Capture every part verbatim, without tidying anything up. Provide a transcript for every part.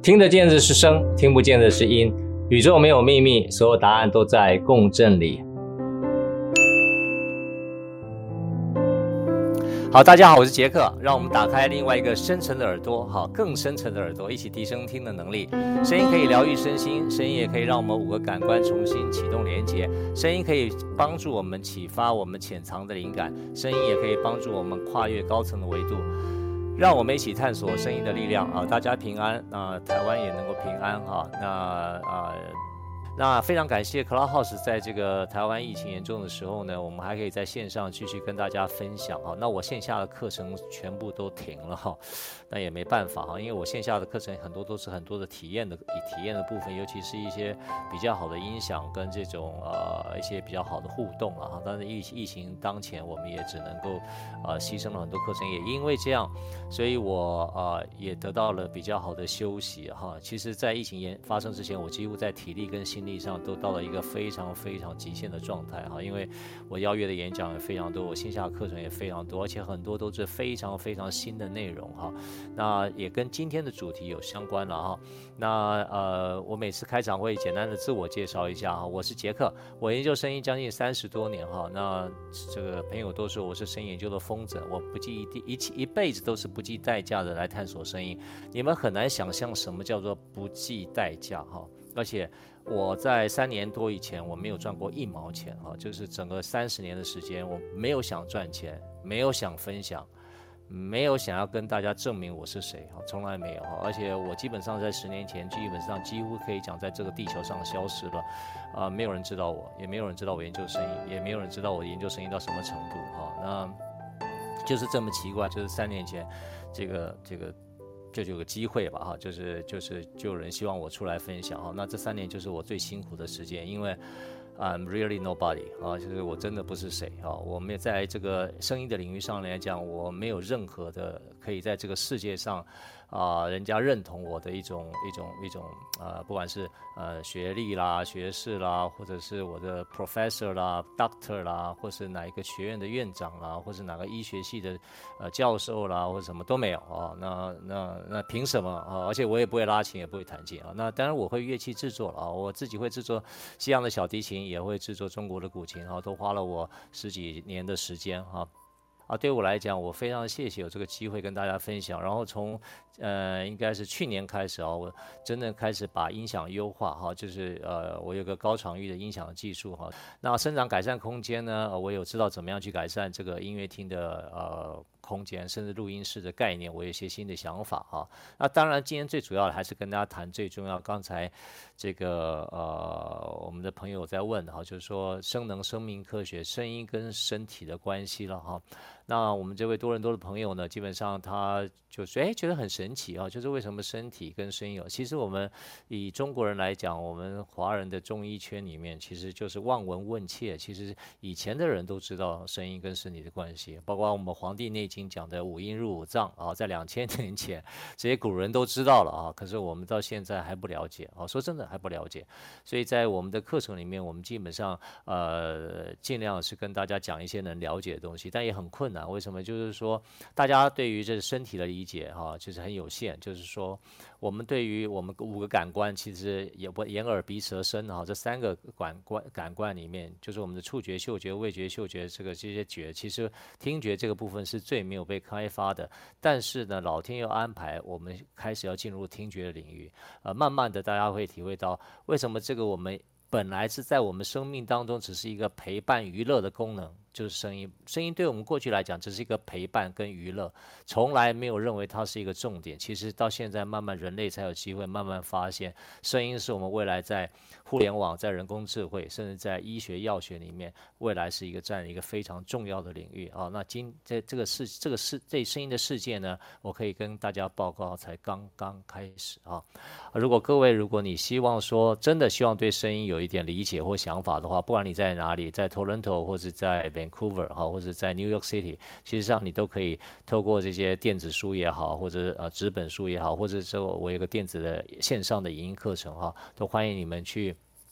听得见的是声，听不见的是音。宇宙没有秘密，所有答案都在共振里。好，大家好，我是杰克，让我们打开另外一个深层的耳朵，好，更深层的耳朵，一起提升听的能力。声音可以疗愈身心，声音也可以让我们五个感官重新启动连接，声音可以帮助我们启发我们潜藏的灵感，声音也可以帮助我们跨越高层的维度。让我们一起探索声音的力量啊！大家平安啊，台湾也能够平安哈。那啊。那非常感谢 Clubhouse 在这个台湾疫情严重的时候呢，我们还可以在线上继续跟大家分享哈。那我线下的课程全部都停了哈，那也没办法哈，因为我线下的课程很多都是很多的体验的体验的部分，尤其是一些比较好的音响跟这种呃一些比较好的互动了哈。但是疫疫情当前，我们也只能够呃牺牲了很多课程，也因为这样，所以我呃也得到了比较好的休息哈。其实，在疫情严发生之前，我几乎在体力跟心力上都到了一个非常非常极限的状态哈，因为我邀约的演讲也非常多，我线下课程也非常多，而且很多都是非常非常新的内容哈。那也跟今天的主题有相关了哈。那呃，我每次开场会简单的自我介绍一下哈，我是杰克，我研究声音将近三十多年哈。那这个朋友都说我是声音研究的疯子，我不计一一一辈子都是不计代价的来探索声音。你们很难想象什么叫做不计代价哈，而且。我在三年多以前，我没有赚过一毛钱哈，就是整个三十年的时间，我没有想赚钱，没有想分享，没有想要跟大家证明我是谁哈，从来没有哈。而且我基本上在十年前，基本上几乎可以讲在这个地球上消失了，啊、呃，没有人知道我，也没有人知道我研究声音，也没有人知道我研究声音到什么程度哈。那就是这么奇怪，就是三年前，这个这个。就有个机会吧哈，就是就是就有人希望我出来分享哈，那这三年就是我最辛苦的时间，因为 I'm really nobody 啊，就是我真的不是谁啊，我们在这个声音的领域上来讲，我没有任何的可以在这个世界上啊、呃，人家认同我的一种一种一种呃，不管是呃学历啦、学士啦，或者是我的 professor 啦、doctor 啦，或是哪一个学院的院长啦，或是哪个医学系的呃教授啦，或者什么都没有啊。那那那凭什么啊？而且我也不会拉琴，也不会弹琴啊。那当然我会乐器制作了啊，我自己会制作西洋的小提琴，也会制作中国的古琴啊，都花了我十几年的时间哈。啊，对我来讲，我非常谢谢有这个机会跟大家分享。然后从呃，应该是去年开始啊，我真的开始把音响优化哈，就是呃，我有个高场域的音响技术哈。那生长改善空间呢，我有知道怎么样去改善这个音乐厅的呃空间，甚至录音室的概念，我有一些新的想法哈。那当然，今天最主要的还是跟大家谈最重要。刚才这个呃，我们的朋友在问哈，就是说声能生命科学，声音跟身体的关系了哈。那我们这位多伦多的朋友呢，基本上他就是哎觉得很神奇啊，就是为什么身体跟声音有？其实我们以中国人来讲，我们华人的中医圈里面，其实就是望闻问切。其实以前的人都知道声音跟身体的关系，包括我们《黄帝内经》讲的五阴入五脏啊，在两千年前这些古人都知道了啊，可是我们到现在还不了解啊，说真的还不了解。所以在我们的课程里面，我们基本上呃尽量是跟大家讲一些能了解的东西，但也很困难。为什么？就是说，大家对于这身体的理解哈、啊，就是很有限。就是说，我们对于我们五个感官，其实也不眼耳鼻舌身哈、啊，这三个感官感官里面，就是我们的触觉、嗅觉、味觉、嗅觉这个这些觉，其实听觉这个部分是最没有被开发的。但是呢，老天又安排我们开始要进入听觉的领域，呃，慢慢的大家会体会到为什么这个我们本来是在我们生命当中只是一个陪伴娱乐的功能。就是声音，声音对我们过去来讲只是一个陪伴跟娱乐，从来没有认为它是一个重点。其实到现在，慢慢人类才有机会慢慢发现，声音是我们未来在互联网、在人工智慧，甚至在医学药学里面，未来是一个占一个非常重要的领域啊。那今在这个世这个世这声音的世界呢，我可以跟大家报告，才刚刚开始啊。如果各位，如果你希望说真的希望对声音有一点理解或想法的话，不管你在哪里，在 Toronto 或者在Vancouver 哈，或者在 New York City， 其实上你都可以透过这些电子书也好，或者呃纸本书也好，或者说我有个电子的线上的影音课程哈，都欢迎你们去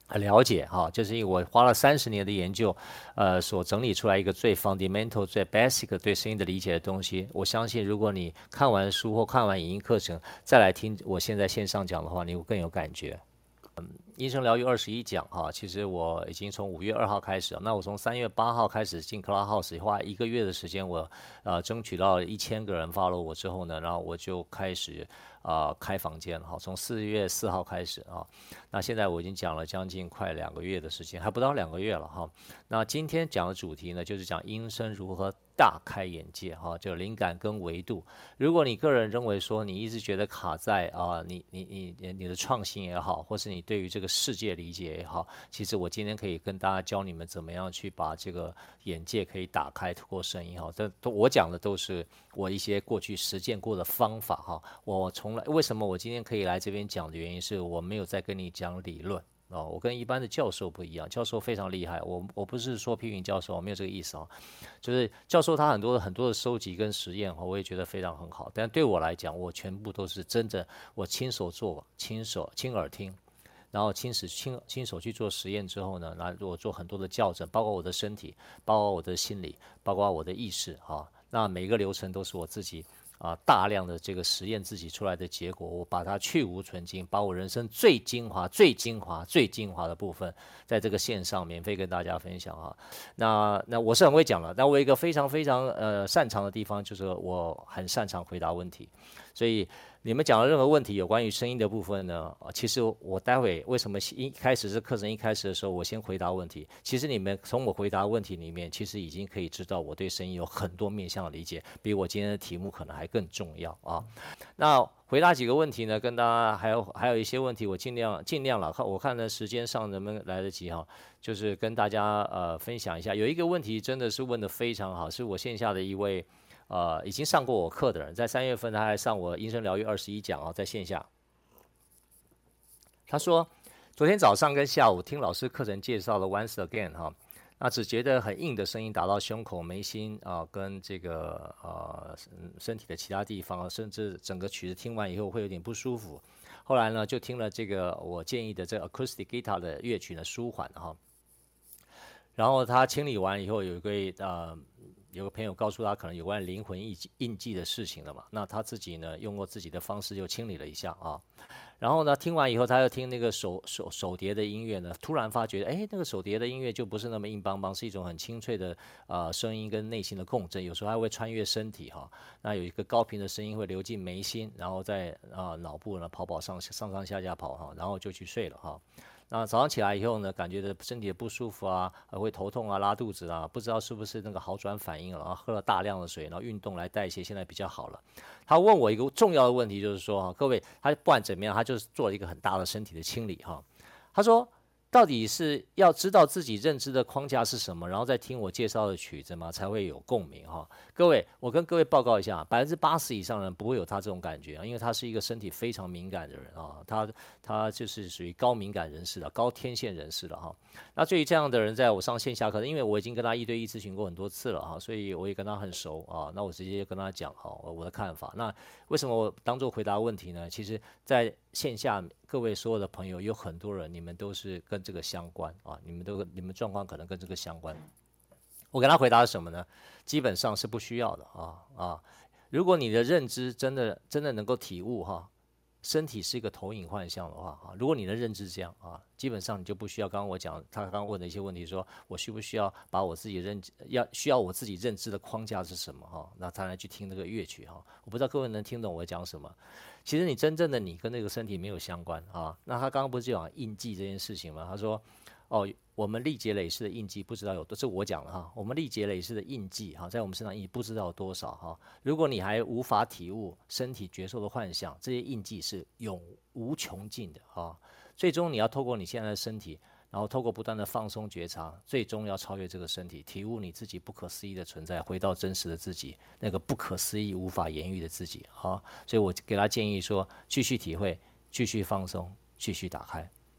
了解哈，就是因为我花了三十年的研究，呃，所整理出来一个最 fundamental、最 basic 对声音的理解的东西。我相信，如果你看完书或看完影音课程，再来听我现在线上讲的话，你会更有感觉。音声疗愈二十一讲哈，其实我已经从五月二号开始，那我从三月八号开始进 Clubhouse，花一个月的时间，我呃争取到一千个人 follow 我之后呢，然后我就开始啊、呃、开房间哈，从四月四号开始啊，那现在我已经讲了将近快两个月的时间，还不到两个月了哈。那今天讲的主题呢，就是讲音声如何大开眼界哈，就灵感跟维度。如果你个人认为说你一直觉得卡在啊，你你你你的创新也好，或是你对于这个世界理解也好，其实我今天可以跟大家教你们怎么样去把这个眼界可以打开，透过声音哈。这都我讲的都是我一些过去实践过的方法哈。我从来为什么我今天可以来这边讲的原因是我没有在跟你讲理论。哦，我跟一般的教授不一样，教授非常厉害，我我不是说批评教授，我没有这个意思啊，就是教授他很多很多的收集跟实验，我也觉得非常很好，但对我来讲，我全部都是真的，我亲手做，亲手亲耳听，然后亲手亲亲手去做实验之后呢，那我做很多的校正，包括我的身体，包括我的心理，包括我的意识啊，那每一个流程都是我自己。啊，大量的这个实验自己出来的结果，我把它去无存精，把我人生最精华、最精华、最精华的部分，在这个线上免费跟大家分享啊。那那我是很会讲了，那我有一个非常非常呃擅长的地方，就是我很擅长回答问题，所以你们讲的任何问题有关于声音的部分呢，其实我待会为什么一开始这课程一开始的时候，我先回答问题，其实你们从我回答问题里面，其实已经可以知道我对声音有很多面向的理解，比我今天的题目可能还更重要啊。那回答几个问题呢，跟大家还有还有一些问题，我尽量尽量了，看我看呢时间上能不能来得及哈，就是跟大家呃分享一下。有一个问题真的是问得非常好，是我线下的一位。呃，已经上过我课的人，在三月份他还上我音声疗愈二十一讲啊，在线下。他说，昨天早上跟下午听老师课程介绍了 Once Again 哈，那只觉得很硬的声音打到胸口、眉心啊，跟这个呃身体的其他地方，甚至整个曲子听完以后会有点不舒服。后来呢，就听了这个我建议的这个 acoustic guitar 的乐曲呢，舒缓哈。然后他清理完以后，有一个呃。有个朋友告诉他可能有关灵魂印记印记的事情了嘛，那他自己呢用过自己的方式就清理了一下啊，然后呢听完以后他又听那个手手手碟的音乐呢，突然发觉哎那个手碟的音乐就不是那么硬邦邦，是一种很清脆的呃声音跟内心的共振，有时候还会穿越身体哈，那有一个高频的声音会流进眉心，然后在啊、呃、脑部呢跑跑上上上下下跑哈，然后就去睡了哈。那早上起来以后呢，感觉的身体的不舒服啊，会头痛啊、拉肚子啊，不知道是不是那个好转反应了。然后喝了大量的水，然后运动来代谢，现在比较好了。他问我一个重要的问题，就是说哈，各位，他不管怎么样，他就是做了一个很大的身体的清理哈。他说，到底是要知道自己认知的框架是什么，然后再听我介绍的曲子嘛，才会有共鸣哈。各位，我跟各位报告一下，百分之八十以上的人不会有他这种感觉啊，因为他是一个身体非常敏感的人啊，他他就是属于高敏感人士的、高天线人士的哈。那对于这样的人，在我上线下课，因为我已经跟他一对一咨询过很多次了哈，所以我也跟他很熟啊。那我直接跟他讲哈我的看法。那为什么我当做回答问题呢？其实在线下各位所有的朋友有很多人，你们都是跟这个相关啊，你们都你们状况可能跟这个相关。我跟他回答什么呢？基本上是不需要的啊啊！如果你的认知真的真的能够体悟哈，身体是一个投影幻象的话啊，如果你的认知这样啊，基本上你就不需要刚刚我讲他刚刚问的一些问题，说我需不需要把我自己认知要需要我自己认知的框架是什么哈？那才来去听那个乐曲哈。我不知道各位能听懂我讲什么。其实你真正的你跟那个身体没有相关啊。那他刚刚不是讲印记这件事情吗？他说哦。我们历劫累世的印记不知道有多，这我讲了哈。我们历劫累世的印记哈，在我们身上印记不知道有多少哈。如果你还无法体悟身体觉受的幻象，这些印记是永无穷尽的哈。最终你要透过你现在的身体，然后透过不断的放松觉察，最终要超越这个身体，体悟你自己不可思议的存在，回到真实的自己，那个不可思议无法言喻的自己哈。所以我给他建议说，继续体会，继续放松，继续打开。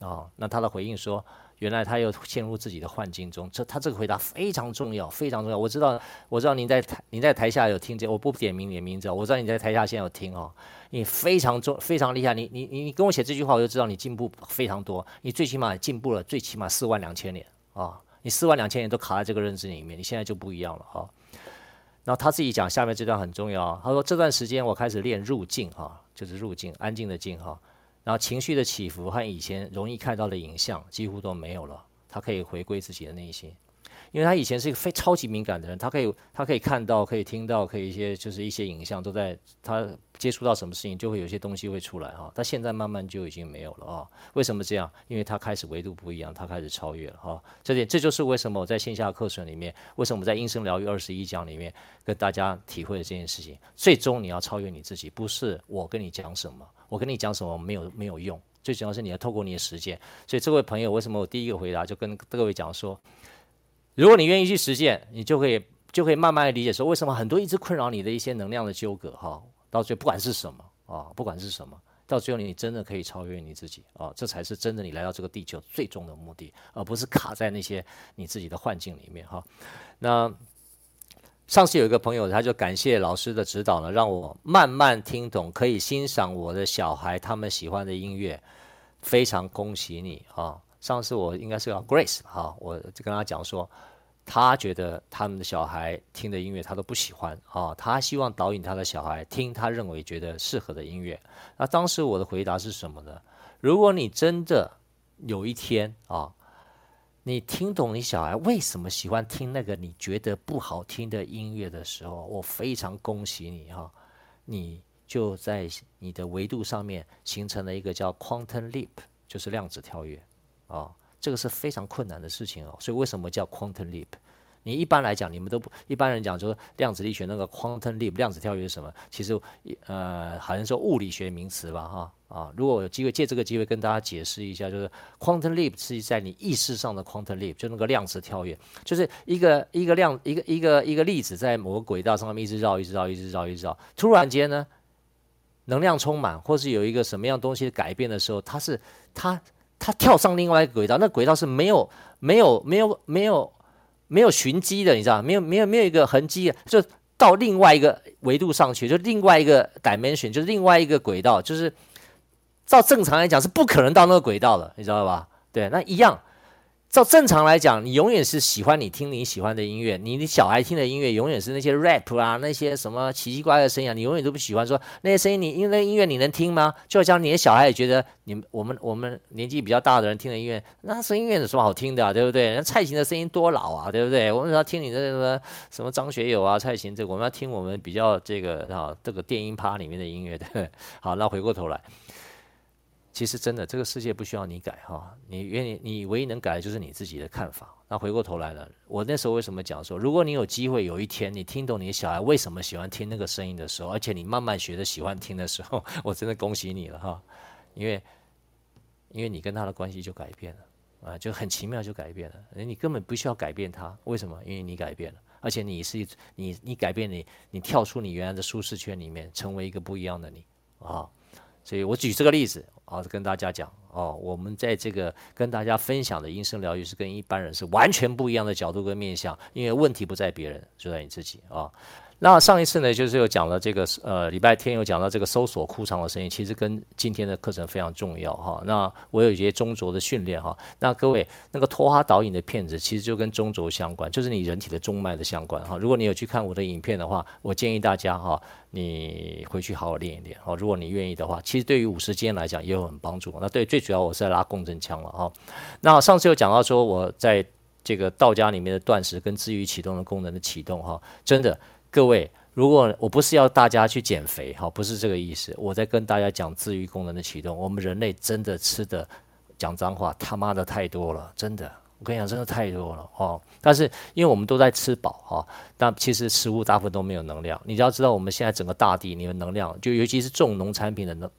哦，那他的回应说，原来他又陷入自己的幻境中。这他这个回答非常重要，非常重要。我知道，我知道您在台您在台下有听见，我不点名你的名字，我知道你在台下现在有听哦。你非常重，非常厉害。你你你你跟我写这句话，我就知道你进步非常多。你最起码进步了，最起码四万两千年啊、哦！你四万两千年都卡在这个认知里面，你现在就不一样了哈。哦，然后他自己讲下面这段很重要，他说这段时间我开始练入静哈，就是入静，安静的静哈。然后情绪的起伏和以前容易看到的影像几乎都没有了，他可以回归自己的内心。因为他以前是一个非超级敏感的人，他可以他可以看到，可以听到，可以一些就是一些影像都在他接触到什么事情，就会有些东西会出来哈。他现在慢慢就已经没有了啊。为什么这样？因为他开始维度不一样，他开始超越了哈。这点这就是为什么我在线下课程里面，为什么我在音声疗愈二十一讲里面跟大家体会的这件事情。最终你要超越你自己，不是我跟你讲什么，我跟你讲什么没有没有用，最主要是你要透过你的实践。所以这位朋友，为什么我第一个回答就跟各位讲说，如果你愿意去实践，你就可以就可以慢慢的理解说，为什么很多一直困扰你的一些能量的纠葛哈，到最后不管是什么啊，不管是什么，到最后你真的可以超越你自己啊，这才是真的你来到这个地球最终的目的，而不是卡在那些你自己的幻境里面哈。那上次有一个朋友，他就感谢老师的指导呢，让我慢慢听懂，可以欣赏我的小孩他们喜欢的音乐，非常恭喜你啊！上次我应该是叫 Grace 哈，我就跟他讲说，他觉得他们的小孩听的音乐他都不喜欢啊，他希望导引他的小孩听他认为觉得适合的音乐。那当时我的回答是什么呢？如果你真的有一天啊，你听懂你小孩为什么喜欢听那个你觉得不好听的音乐的时候，我非常恭喜你哈，你就在你的维度上面形成了一个叫 Quantum Leap， 就是量子跳跃。哦，这个是非常困难的事情哦，所以为什么叫 quantum leap？ 你一般来讲，你们都不一般人讲说量子力学那个 quantum leap 量子跳跃是什么？其实呃，好像说物理学名词吧，哈啊。如果我有机会借这个机会跟大家解释一下，就是 quantum leap 是在你意识上的 quantum leap， 就那个量子跳跃，就是一个一个量一个一个一个粒子在某个轨道上面一直绕，一直绕，一直绕，一直绕，突然间呢，能量充满，或是有一个什么样东西改变的时候，它是它。他跳上另外一个轨道，那轨道是没有、没有、没有、没有、没有寻迹的，你知道吗？没有、没有、没有一个痕迹，就到另外一个维度上去，就另外一个 dimension， 就是另外一个轨道，就是照正常来讲是不可能到那个轨道的，你知道吧？对，那一样。照正常来讲，你永远是喜欢你听你喜欢的音乐，你的小孩听的音乐永远是那些 rap 啊，那些什么奇奇怪怪的声音啊，你永远都不喜欢说那些声音你，因为那音乐你能听吗？就好像你的小孩也觉得你我们我们年纪比较大的人听的音乐，那声音乐有什么好听的啊，对不对？那蔡琴的声音多老啊，对不对？我们要听你的什么什么张学友啊、蔡琴这个，我们要听我们比较这个啊这个电音趴里面的音乐，对不对？好，那回过头来。其实真的，这个世界不需要你改哈，你愿意，你唯一能改的就是你自己的看法。那回过头来了，我那时候为什么讲说，如果你有机会有一天你听懂你的小孩为什么喜欢听那个声音的时候，而且你慢慢学着喜欢听的时候，我真的恭喜你了哈，因为因为你跟他的关系就改变了啊，就很奇妙就改变了，你根本不需要改变他，为什么？因为你改变了，而且你是你你改变你，你跳出你原来的舒适圈里面，成为一个不一样的你啊。所以我举这个例子啊，跟大家讲哦，我们在这个跟大家分享的音声疗愈是跟一般人是完全不一样的角度跟面向，因为问题不在别人，就在你自己啊。那上一次呢，就是有讲了这个呃，礼拜天有讲到这个搜索哭场的声音，其实跟今天的课程非常重要哈。那我有一些中轴的训练哈。那各位，那个托哈导引的片子其实就跟中轴相关，就是你人体的中脉的相关哈。如果你有去看我的影片的话，我建议大家哈，你回去好好练一练哈。如果你愿意的话，其实对于五十肩来讲也有很帮助。那对，最主要我是在拉共振腔了哈。那上次有讲到说我在这个道家里面的断食跟自愈启动的功能的启动哈，真的。各位，如果我不是要大家去减肥，哈，不是这个意思，我在跟大家讲自愈功能的启动。我们人类真的吃的，讲脏话，他妈的太多了，真的，我跟你讲，真的太多了哦。但是因为我们都在吃饱哈，但其实食物大部分都没有能量。你要知道，我们现在整个大地，你的能量，就尤其是种农产品的能地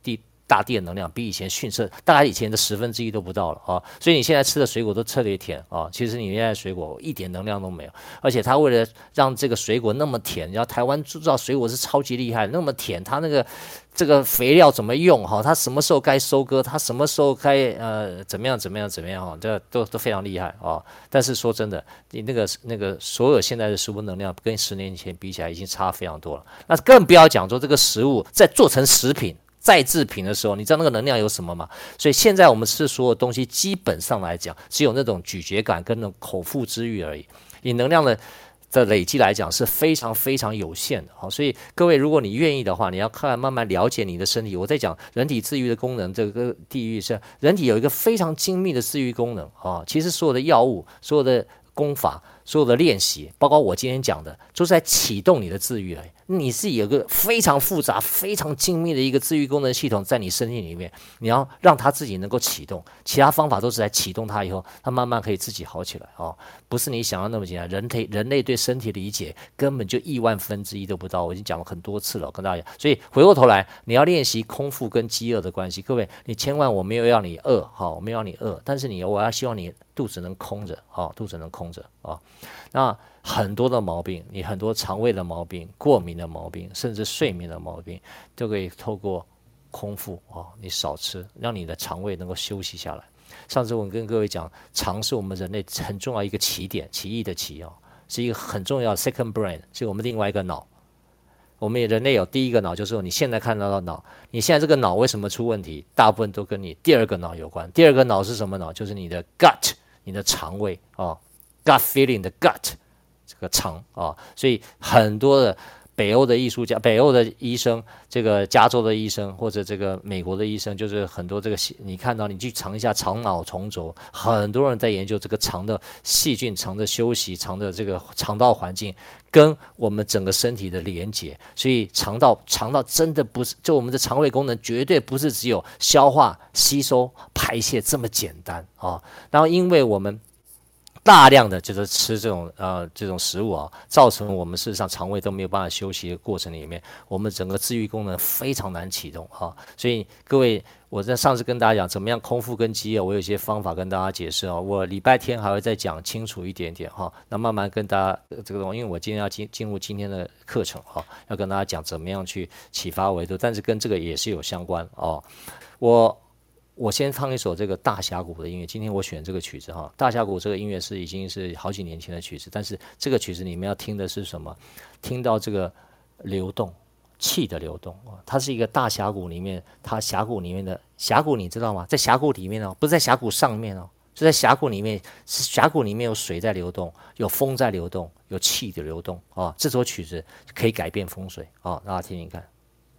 大地的能量比以前逊色，大概以前的十分之一都不到了啊！所以你现在吃的水果都特别甜啊，其实你现在水果一点能量都没有，而且它为了让这个水果那么甜，然后台湾知道水果是超级厉害，那么甜，它那个这个肥料怎么用哈？它什么时候该收割，它什么时候该呃怎么样怎么样怎么样哈？这都都非常厉害啊！但是说真的，你那个那个所有现在的食物能量跟十年前比起来已经差非常多了，那更不要讲说这个食物在做成食品。再制品的时候，你知道那个能量有什么吗？所以现在我们吃所有东西，基本上来讲，只有那种咀嚼感跟那种口腹之欲而已。以能量的的累积来讲，是非常非常有限的。好，所以各位，如果你愿意的话，你要看慢慢了解你的身体。我在讲人体自愈的功能，这个地域是人体有一个非常精密的自愈功能啊。其实所有的药物，所有的功法，所有的练习，包括我今天讲的，都是在启动你的自愈而已。你是有个非常复杂、非常精密的一个自愈功能系统在你身体里面，你要让它自己能够启动，其他方法都是在启动它以后，它慢慢可以自己好起来哦，不是你想要那么简单。人类人类对身体的理解根本就亿万分之一都不到，我已经讲了很多次了，跟大家讲。所以回过头来，你要练习空腹跟饥饿的关系。各位，你千万我没有要你饿，好，我没有要你饿，但是你我要希望你肚子能空着，哦，肚子能空着啊。那很多的毛病，你很多肠胃的毛病、过敏的毛病，甚至睡眠的毛病，都可以透过空腹啊，你少吃，让你的肠胃能够休息下来。上次我跟各位讲，肠是我们人类很重要一个起点，起义的起哦，是一个很重要的 second brain， 是我们另外一个脑。我们人类有第一个脑，就是你现在看到的脑。你现在这个脑为什么出问题？大部分都跟你第二个脑有关。第二个脑是什么脑？就是你的 gut， 你的肠胃哦 ，gut feeling 的 gut。这个肠啊，所以很多的北欧的艺术家、北欧的医生，这个加州的医生或者这个美国的医生，就是很多这个你看到，你去尝一下肠脑重轴，很多人在研究这个肠的细菌、肠的休息、肠的这个肠道环境跟我们整个身体的连结。所以肠道肠道真的不是，就我们的肠胃功能绝对不是只有消化、吸收、排泄这么简单啊。然后因为我们大量的就是吃这种呃这种食物啊，造成我们事实上肠胃都没有办法休息的过程里面，我们整个自愈功能非常难启动啊。所以各位，我在上次跟大家讲怎么样空腹跟饥饿，我有一些方法跟大家解释啊。我礼拜天还会再讲清楚一点点哈，那慢慢跟大家这个东西，因为我今天要进进入今天的课程哈，要跟大家讲怎么样去启发维度，但是跟这个也是有相关哦。我。我先放一首这个大峡谷的音乐，今天我选这个曲子哈。大峡谷这个音乐是已经是好几年前的曲子，但是这个曲子里面要听的是什么？听到这个流动，气的流动啊，它是一个大峡谷里面，它峡谷里面的峡谷你知道吗？在峡谷里面哦，不是在峡谷上面哦，是在峡谷里面，是峡谷里面有水在流动，有风在流动，有气的流动啊。这首曲子可以改变风水啊，大家听听看。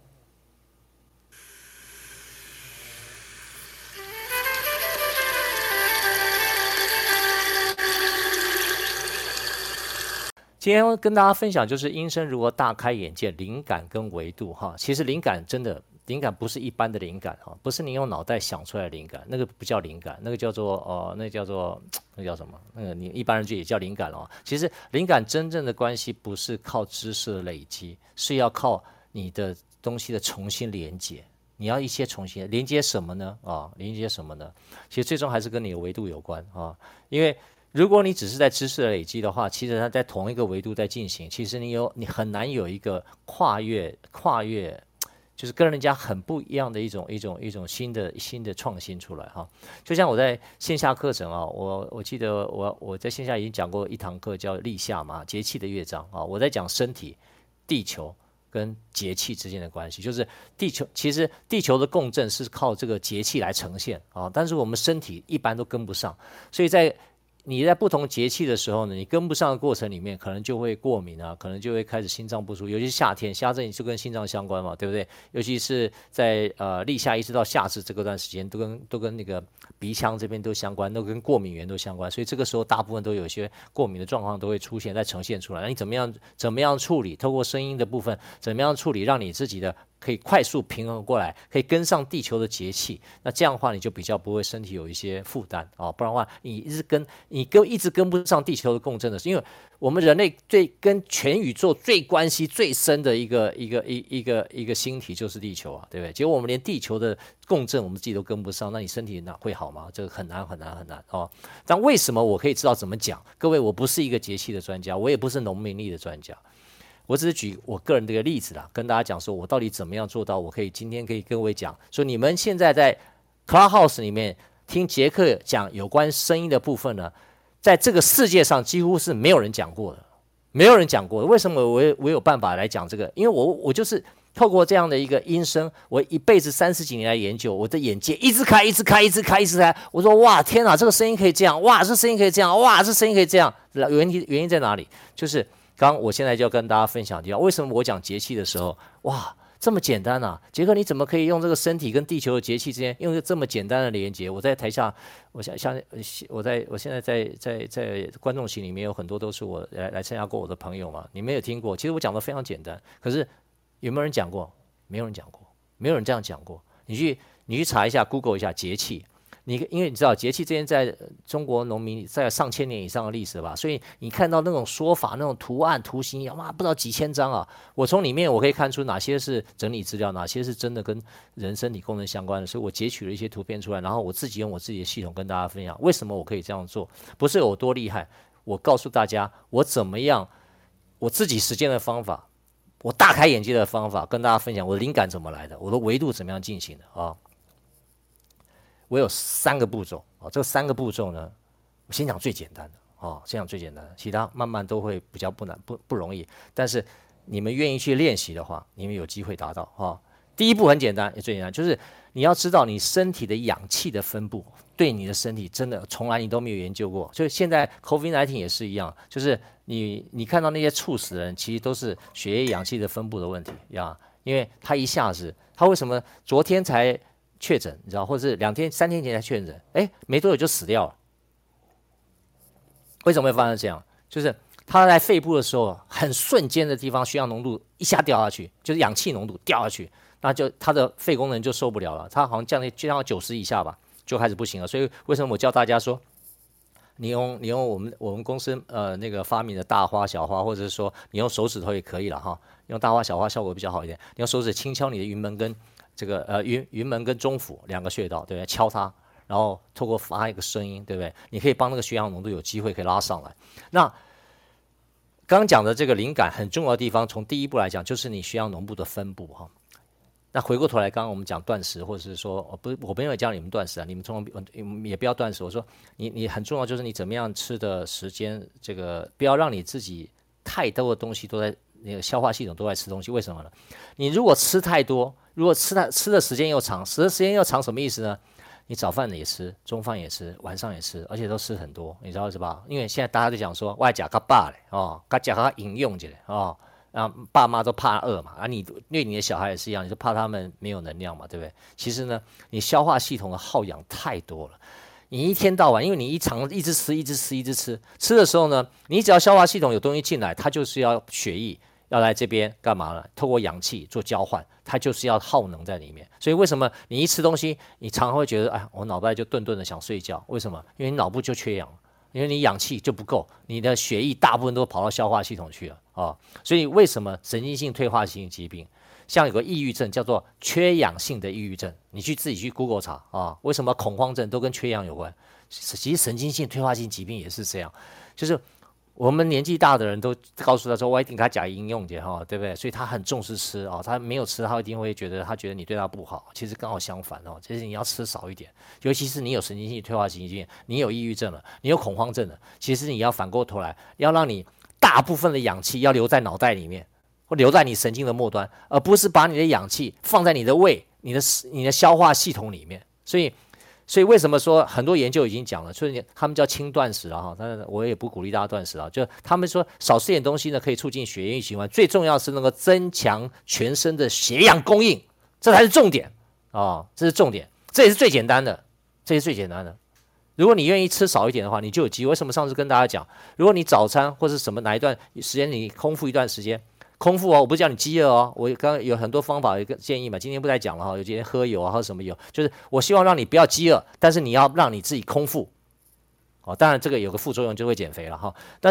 今天跟大家分享就是音声如何大开眼界，灵感跟维度哈。其实灵感真的，灵感不是一般的灵感哈，不是你用脑袋想出来的灵感，那个不叫灵感，那个叫做呃，那个叫做那个叫什么？那个你一般人就也叫灵感了。其实灵感真正的关系不是靠知识的累积，是要靠你的东西的重新连接。你要一些重新连接什么呢？啊，连接什么呢？其实最终还是跟你的维度有关啊，因为。如果你只是在知识的累积的话，其实它在同一个维度在进行，其实你有你很难有一个跨越跨越，就是跟人家很不一样的一种一种一种新的新的创新出来哈。就像我在线下课程啊，我我记得我我在线下已经讲过一堂课叫立夏嘛，节气的乐章啊，我在讲身体、地球跟节气之间的关系，就是地球其实地球的共振是靠这个节气来呈现啊，但是我们身体一般都跟不上，所以在你在不同节气的时候呢，你跟不上的过程里面，可能就会过敏啊，可能就会开始心脏不舒服，尤其是夏天，夏天就跟心脏相关嘛，对不对？尤其是在呃立夏一直到夏至这个段时间，都跟都跟那个鼻腔这边都相关，都跟过敏源都相关，所以这个时候大部分都有一些过敏的状况都会出现，再呈现出来。那你怎么样怎么样处理？透过声音的部分，怎么样处理，让你自己的可以快速平衡过来，可以跟上地球的节气，那这样的话你就比较不会身体有一些负担啊，不然的话你一直跟你跟一直跟不上地球的共振的是，因为我们人类最跟全宇宙最关系最深的一个一个一一个一个星体就是地球啊，对不对？结果我们连地球的共振我们自己都跟不上，那你身体哪会好吗？这个很难很难很难哦。但为什么我可以知道怎么讲？各位，我不是一个节气的专家，我也不是农民历的专家，我只是举我个人的一个例子啦，跟大家讲说我到底怎么样做到，我可以今天可以跟各位讲说，你们现在在 Clubhouse 里面听杰克讲有关声音的部分呢，在这个世界上几乎是没有人讲过的，没有人讲过的。为什么我我有办法来讲这个？因为我我就是透过这样的一个音声，我一辈子三十几年来研究，我的眼界一直开，一直开，一直开，一直开。我说哇，天哪，这个声音可以这样，哇，这声音可以这样，哇，这声音可以这样。原因原因在哪里？就是刚刚我现在就要跟大家分享的地方。为什么我讲节气的时候，哇，这么简单啊？杰克，你怎么可以用这个身体跟地球的节气之间用这么简单的连接？我在台下，我想像我在我现在在在在观众席里面有很多都是我来来参加过我的朋友嘛，你们有听过？其实我讲的非常简单，可是有没有人讲过？没有人讲过，没有人这样讲过。你去你去查一下 ，Google 一下节气。你因为你知道节气之间在中国农民在上千年以上的历史吧，所以你看到那种说法、那种图案、图形，哇，不知道几千张啊！我从里面我可以看出哪些是整理资料，哪些是真的跟人身体功能相关的，所以我截取了一些图片出来，然后我自己用我自己的系统跟大家分享，为什么我可以这样做？不是有多厉害，我告诉大家我怎么样，我自己实践的方法，我大开眼界的方法，跟大家分享我的灵感怎么来的，我的维度怎么样进行的啊。我有三个步骤啊，这三个步骤呢，我先讲最简单的哦，先讲最简单的，其他慢慢都会比较不难不不容易。但是你们愿意去练习的话，你们有机会达到啊、哦。第一步很简单，也最简单，就是你要知道你身体的氧气的分布，对你的身体真的从来你都没有研究过。所以现在 COVID 十九 也是一样，就是你你看到那些猝死的人，其实都是血液氧气的分布的问题呀，因为他一下子，他为什么昨天才确诊，你知道，或者是两天、三天前才确诊，哎，没多久就死掉了。为什么会发生这样？就是他在肺部的时候，很瞬间的地方，血氧浓度一下掉下去，就是氧气浓度掉下去，那就他的肺功能就受不了了，他好像降到降到九十以下吧，就开始不行了。所以为什么我教大家说，你用你用我们我们公司呃那个发明的大花小花，或者是说你用手指头也可以了哈，用大花小花效果比较好一点，你用手指轻敲你的云门跟这个呃云云门跟中府两个穴道，对不对？敲它，然后透过发一个声音，对不对？你可以帮那个血氧浓度有机会可以拉上来。那刚刚讲的这个灵感很重要的地方，从第一步来讲，就是你血氧浓度的分布哈。那回过头来，刚刚我们讲断食，或者是说，哦、不是，我没有教你们断食啊，你们从也不要断食。我说你你很重要，就是你怎么样吃的时间，这个不要让你自己太多的东西都在那个消化系统都在吃东西。为什么呢？你如果吃太多，如果吃太吃的时间又长，吃的时间又长，什么意思呢？你早饭也吃，中饭也吃，晚上也吃，而且都吃很多，你知道是吧？因为现在大家都讲说，外加他爸嘞，哦，他讲他饮用起来，哦，啊，爸妈都怕饿嘛，啊，你对你的小孩也是一样，你就怕他们没有能量嘛，对不对？其实呢，你消化系统的耗氧太多了，你一天到晚，因为你一常一直吃，一直吃，一直吃，吃的时候呢，你只要消化系统有东西进来，它就是要血液。要来这边干嘛呢？透过氧气做交换，它就是要耗能在里面。所以为什么你一吃东西，你常常会觉得，哎，我脑袋就顿顿的想睡觉？为什么？因为你脑部就缺氧，因为你氧气就不够，你的血液大部分都跑到消化系统去了啊、哦。所以为什么神经性退化性疾病，像有个抑郁症叫做缺氧性的抑郁症，你去自己去 Google 查啊、哦，为什么恐慌症都跟缺氧有关？其实神经性退化性疾病也是这样，就是。我们年纪大的人都告诉他说：“我一定给他假应用的哈，对不对？”所以他很重视吃啊、哦，他没有吃，他一定会觉得他觉得你对他不好。其实刚好相反哦，其实你要吃少一点，尤其是你有神经性退化性疾病，你有抑郁症了，你有恐慌症了，其实你要反过头来，要让你大部分的氧气要留在脑袋里面，或留在你神经的末端，而不是把你的氧气放在你的胃、你的你的消化系统里面。所以。所以为什么说很多研究已经讲了，所以他们叫轻断食了哈，但是我也不鼓励大家断食啊，就他们说少吃点东西呢，可以促进血液循环，最重要是能够增强全身的血氧供应，这才是重点啊、哦，这是重点，这也是最简单的，这也是最简单的。如果你愿意吃少一点的话，你就有机会。为什么上次跟大家讲，如果你早餐或是什么哪一段时间你空腹一段时间。空腹哦，我不是叫你饥饿哦，我刚刚有很多方法有个建议嘛，今天不再讲了哈，有今天喝油啊，喝什么油，就是我希望让你不要饥饿，但是你要让你自己空腹，哦，当然这个有个副作用就会减肥了哈，但是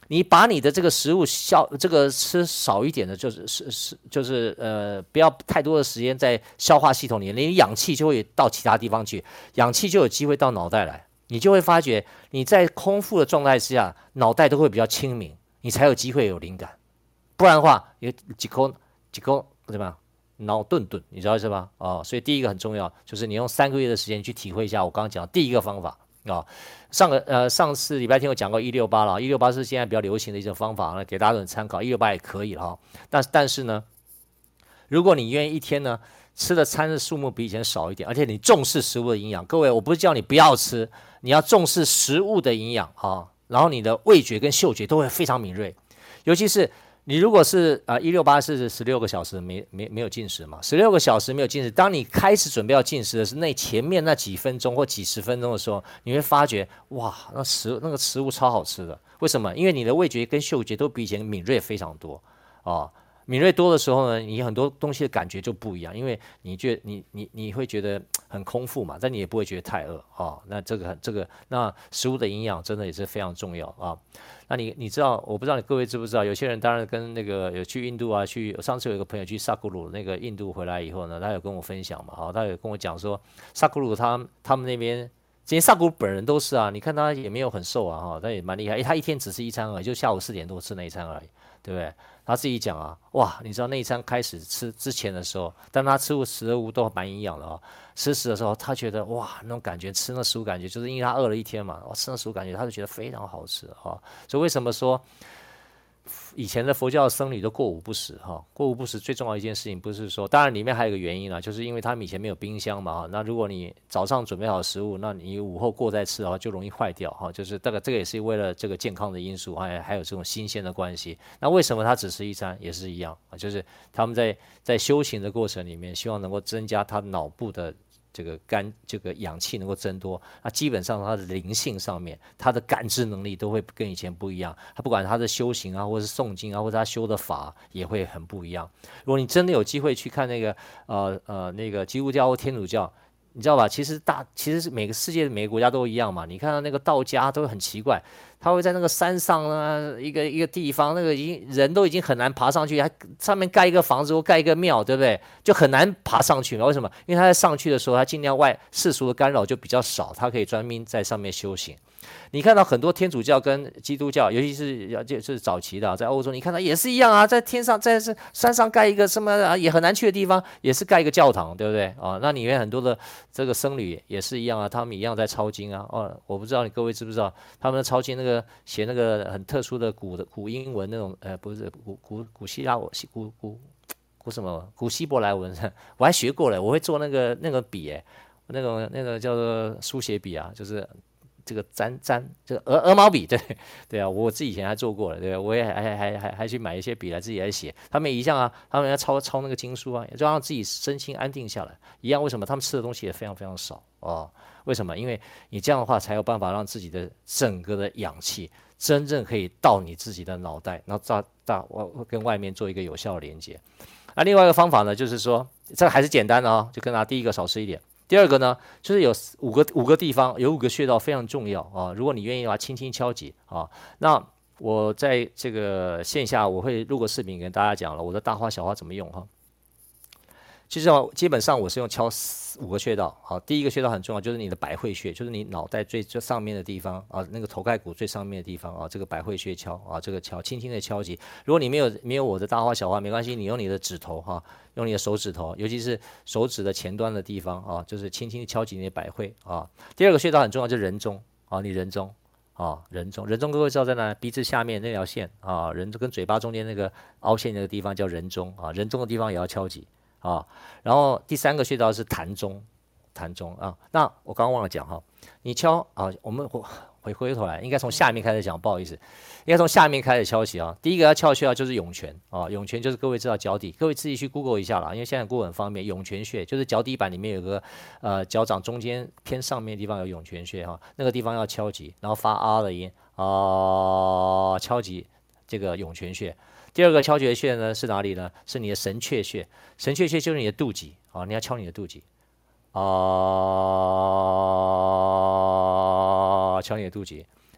你把你的这个食物消这个吃少一点的，就是是是就是呃不要太多的时间在消化系统里，你氧气就会到其他地方去，氧气就有机会到脑袋来，你就会发觉你在空腹的状态之下，脑袋都会比较清明，你才有机会有灵感。不然的话，有几口几口怎么样？脑顿顿，你知道是吧？哦，所以第一个很重要，就是你用三个月的时间去体会一下我刚刚讲的第一个方法啊、哦。上个呃上次礼拜天我讲过一六八了，一六八是现在比较流行的一种方法呢，给大家做参考，一六八也可以了哈、哦。但但是呢，如果你愿意一天呢吃的餐的数目比以前少一点，而且你重视食物的营养，各位我不是叫你不要吃，你要重视食物的营养啊、哦，然后你的味觉跟嗅觉都会非常敏锐，尤其是。你如果是啊一六八是十六个小时没没没有进食嘛，十六个小时没有进食，当你开始准备要进食的是那前面那几分钟或几十分钟的时候，你会发觉哇，那食那个食物超好吃的，为什么？因为你的味觉跟嗅觉都比以前敏锐非常多哦。敏锐多的时候呢，你很多东西的感觉就不一样，因为你觉得你你你会觉得很空腹嘛，但你也不会觉得太饿哦。那这个这个那食物的营养真的也是非常重要啊。那你你知道，我不知道你各位知不知道，有些人当然跟那个有去印度啊，去上次有一个朋友去萨古鲁那个印度回来以后呢，他有跟我分享嘛，哈、哦，他有跟我讲说，萨古鲁他他们那边，其实萨古鲁本人都是啊，你看他也没有很瘦啊，哈、哦，他也蛮厉害，他一天只吃一餐而已，就下午四点多吃那一餐而已，对不对？他自己讲啊，哇，你知道那一餐开始吃之前的时候，但他吃食物都蛮营养的哦。吃食的时候，他觉得哇，那种感觉，吃那食物感觉，就是因为他饿了一天嘛，吃那食物感觉，他就觉得非常好吃哈、哦。所以为什么说以前的佛教僧侣都过午不食哈、哦？过午不食最重要的一件事情不是说，当然里面还有一个原因啦，就是因为他们以前没有冰箱嘛哈。那如果你早上准备好食物，那你午后过再吃的话，就容易坏掉哈。就是这个这个也是为了这个健康的因素，还还有这种新鲜的关系。那为什么他只吃一餐也是一样啊？就是他们在在修行的过程里面，希望能够增加他脑部的。这个肝这个氧气能够增多，那基本上他的灵性上面，他的感知能力都会跟以前不一样。他不管他的修行啊，或是诵经啊，或者他修的法也会很不一样。如果你真的有机会去看那个呃呃那个基督教或天主教，你知道吧？其实大其实是每个世界的每个国家都一样嘛。你看到那个道家都很奇怪，他会在那个山上啊一个一个地方，那个已经人都已经很难爬上去，还上面盖一个房子或盖一个庙，对不对？就很难爬上去嘛。为什么？因为他在上去的时候，他尽量外世俗的干扰就比较少，他可以专门在上面修行。你看到很多天主教跟基督教，尤其是就是早期的、啊，在欧洲，你看到也是一样啊，在天上，在山上盖一个什么、啊、也很难去的地方，也是盖一个教堂，对不对啊？那里面很多的这个僧侣也是一样啊，他们一样在抄经啊。哦，我不知道你各位知不知道，他们抄经那个写那个很特殊的古的古英文那种，呃，不是古古古希腊古古古什么古希伯来文，我还学过了，我会做那个那个笔，哎，那种那个叫做书写笔啊，就是。这个粘粘，这个鹅鹅毛笔，对对啊，我自己以前还做过了，对吧？我也还还还还还去买一些笔来自己来写。他们一样啊，他们要抄抄那个经书啊，就让自己身心安定下来。一样，为什么他们吃的东西也非常非常少哦？为什么？因为你这样的话才有办法让自己的整个的氧气真正可以到你自己的脑袋，然后到到我跟外面做一个有效的连接。那另外一个方法呢，就是说这个还是简单的哦，就跟他第一个少吃一点。第二个呢，就是有五个五个地方，有五个穴道非常重要啊。如果你愿意的话，轻轻敲击啊。那我在这个线下我会录个视频跟大家讲了，我的大花小花怎么用哈。其实基本上我是用敲五个穴道，好，第一个穴道很重要，就是你的百会穴，就是你脑袋最最上面的地方啊，那个头盖骨最上面的地方啊，这个百会穴敲啊，这个敲，轻轻的敲击。如果你没有没有我的大花小花没关系，你用你的指头哈、啊，用你的手指头，尤其是手指的前端的地方啊，就是轻轻的敲击你的百会啊。第二个穴道很重要，就是人中啊，你人中啊，人中，人中各位知道在哪？鼻子下面那条线啊，人中跟嘴巴中间那个凹陷那个地方叫人中啊，人中的地方也要敲击。啊，然后第三个穴道是膻中，膻中啊。那我刚刚忘了讲哈，你敲啊，我们回回头来，应该从下面开始讲，不好意思，应该从下面开始敲起啊。第一个要敲的穴道就是涌泉啊，涌泉就是各位知道脚底，各位自己去 Google 一下啦，因为现在 Google 很方便。涌泉穴就是脚底板里面有个呃脚掌中间偏上面的地方有涌泉穴哈、啊，那个地方要敲击，然后发啊的音啊，敲击这个涌泉穴。第二个敲击穴呢是哪里呢？是你的神阙穴，神阙穴就是你的肚脐啊，你要敲你的肚脐啊，敲你的肚脐。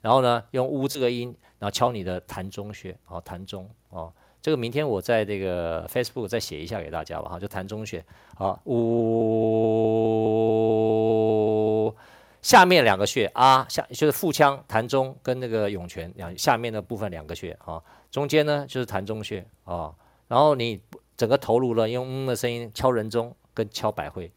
然后呢用呜这个音，然后敲你的膻中穴，哦，膻中哦。这个明天我在这个 Facebook 再写一下给大家吧，哈，就膻中穴，好，呜，下面两个穴啊，下就是腹腔、膻中跟那个涌泉两下面的部分两个穴啊，中间呢就是膻中穴啊，然后你整个头颅呢用嗯的声音敲人中跟敲百会，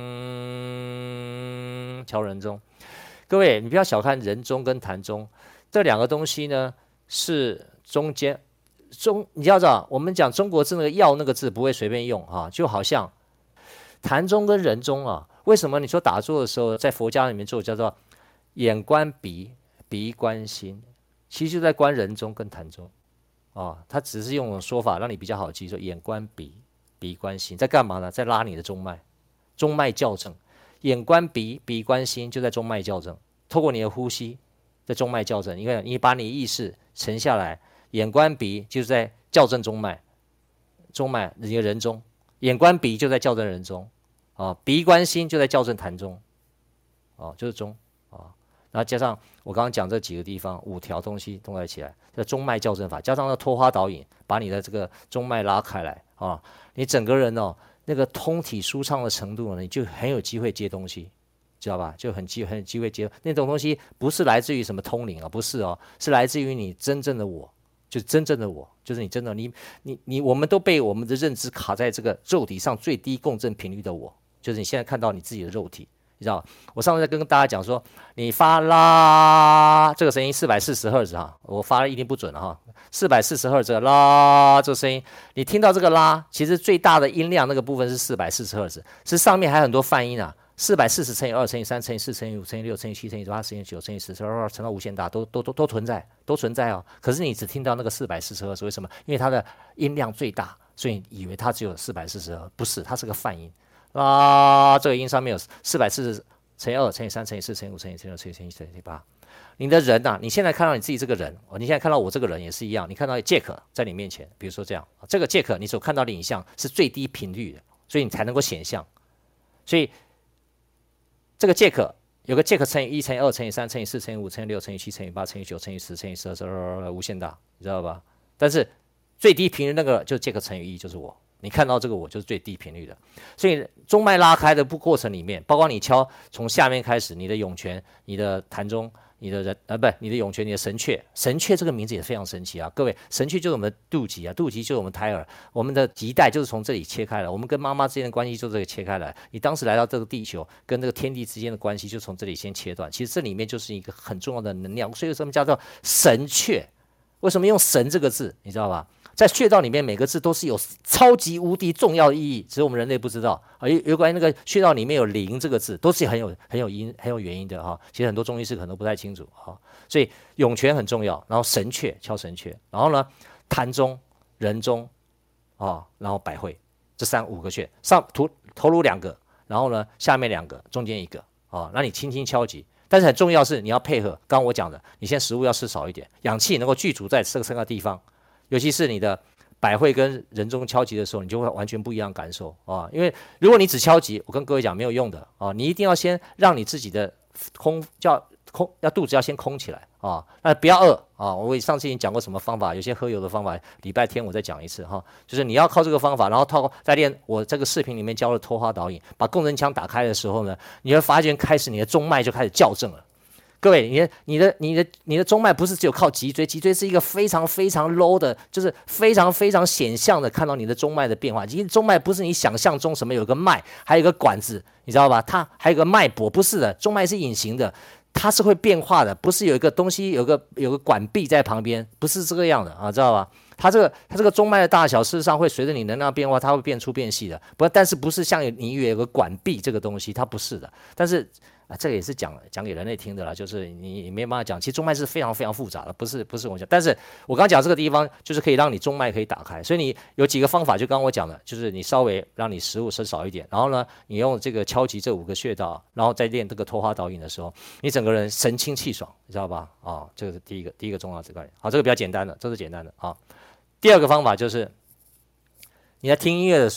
嗯，敲人中，各位你不要小看人中跟膻中这两个东西呢是中间。中，你要知道，我们讲中国字那个药那个字不会随便用啊，就好像膻中跟人中啊，为什么你说打坐的时候，在佛家里面做叫做眼观鼻，鼻观心，其实就在观人中跟膻中啊，它只是用说法让你比较好记，说眼观鼻，鼻观心，在干嘛呢？在拉你的中脉，中脉校正，眼观鼻，鼻观心，就在中脉校正，透过你的呼吸，在中脉校正，你看你把你意识沉下来。眼观鼻就是在校正中脉，中脉你的人中，眼观鼻就在校正人中，啊，鼻观心就在校正膻中，啊，就是中，啊，然后加上我刚刚讲这几个地方五条东西动在起来，这中脉校正法，加上那脱花导引，把你的这个中脉拉开来，啊，你整个人哦，那个通体舒畅的程度呢，你就很有机会接东西。知道吧？就很机很有机会接那种东西，不是来自于什么通灵啊，不是哦，是来自于你真正的我。就是真正的我，就是你真的你你你，我们都被我们的认知卡在这个肉体上最低共振频率的我，就是你现在看到你自己的肉体，你知道？我上次在跟大家讲说，你发啦这个声音四百四十赫兹哈，我发的一定不准了哈，四百四十赫兹啦这个声音，你听到这个啦，其实最大的音量那个部分是四百四十赫兹，是上面还有很多泛音啊。四百四十乘以二乘以三乘以四乘以五乘以六乘以七乘以八乘以九乘以十乘到无限大，都都都都存在，都存在哦。可是你只听到那个四百四十赫兹，为什么？因为它的音量最大，所以你以为它只有四百四十赫兹，不是，它是个泛音。啊，这个音上面有四百四十乘以二乘以三乘以四乘以五乘以六乘以七乘以十乘以八。你的人呐、啊，你现在看到你自己这个人，你现在看到我这个人也是一样，你看到杰克在你面前，比如说这样，这个杰克你所看到的影像是最低频率的，所以你才能够显像，所以。这个杰克有个杰克乘以一乘以二乘以三乘以四乘以五乘以六乘以七乘以八乘以九乘以十乘以十二无限大，你知道吧？但是最低频率那个就是杰克乘以一，就是我。你看到这个我就是最低频率的，所以中脉拉开的过程里面，包括你敲从下面开始，你的涌泉、你的膻中、你的人呃不，你的涌泉、你的神阙，神阙这个名字也非常神奇啊！各位，神阙就是我们的肚脐啊，肚脐就是我们胎儿，我们的脐带就是从这里切开了，我们跟妈妈之间的关系就这个切开来。你当时来到这个地球，跟这个天地之间的关系就从这里先切断。其实这里面就是一个很重要的能量，所以为什么叫做神阙？为什么用神这个字？你知道吧？在穴道里面，每个字都是有超级无敌重要的意义，只是我们人类不知道啊。有有关于那个穴道里面有灵这个字，都是很有很有因很有原因的哈。其实很多中医师可能都不太清楚哈。所以涌泉很重要，然后神阙敲神阙，然后呢膻中、人中啊，然后百会，这三五个穴，上头头颅两个，然后呢下面两个，中间一个啊，那你轻轻敲击。但是很重要是你要配合，刚刚我讲的，你现在食物要吃少一点，氧气能够聚足在这三个地方。尤其是你的百会跟人中敲击的时候，你就会完全不一样的感受啊！因为如果你只敲击，我跟各位讲没有用的啊！你一定要先让你自己的空叫空，要肚子要先空起来啊！那不要饿啊！我上次已经讲过什么方法，有些喝油的方法，礼拜天我再讲一次哈。就是你要靠这个方法，然后套在练我这个视频里面教的脱花导引，把共振腔打开的时候呢，你会发现开始你的中脉就开始校正了。各位，你的、你的、你的、你的中脉不是只有靠脊椎，脊椎是一个非常非常 low 的，就是非常非常显象的看到你的中脉的变化。其实中脉不是你想象中什么有个脉，还有一个管子，你知道吧？它还有个脉搏，不是的，中脉是隐形的，它是会变化的，不是有一个东西有个有个管壁在旁边，不是这个样的啊，知道吧？它这个它这个中脉的大小，事实上会随着你能量变化，它会变粗变细的。不，但是不是像你以为有个管壁这个东西，它不是的。但是啊，这个也是讲讲给人类听的啦，就是你你没办法讲，其实中脉是非常非常复杂的，不是不是我讲。但是我刚刚讲这个地方，就是可以让你中脉可以打开，所以你有几个方法，就刚刚我讲的，就是你稍微让你食物吃少一点，然后呢，你用这个敲击这五个穴道，然后再练这个脱花导引的时候，你整个人神清气爽，你知道吧？啊，这个是第一个第一个重要的概念。好，这个比较简单的，这是简单的啊。第二个方法就是你在听音乐的时候，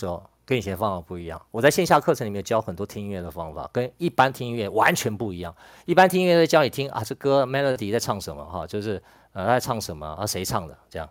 跟以前方法不一样。我在线下课程里面教很多听音乐的方法，跟一般听音乐完全不一样。一般听音乐在教你听啊，这歌 melody 在唱什么哈，就是呃他在唱什么啊，谁唱的这样。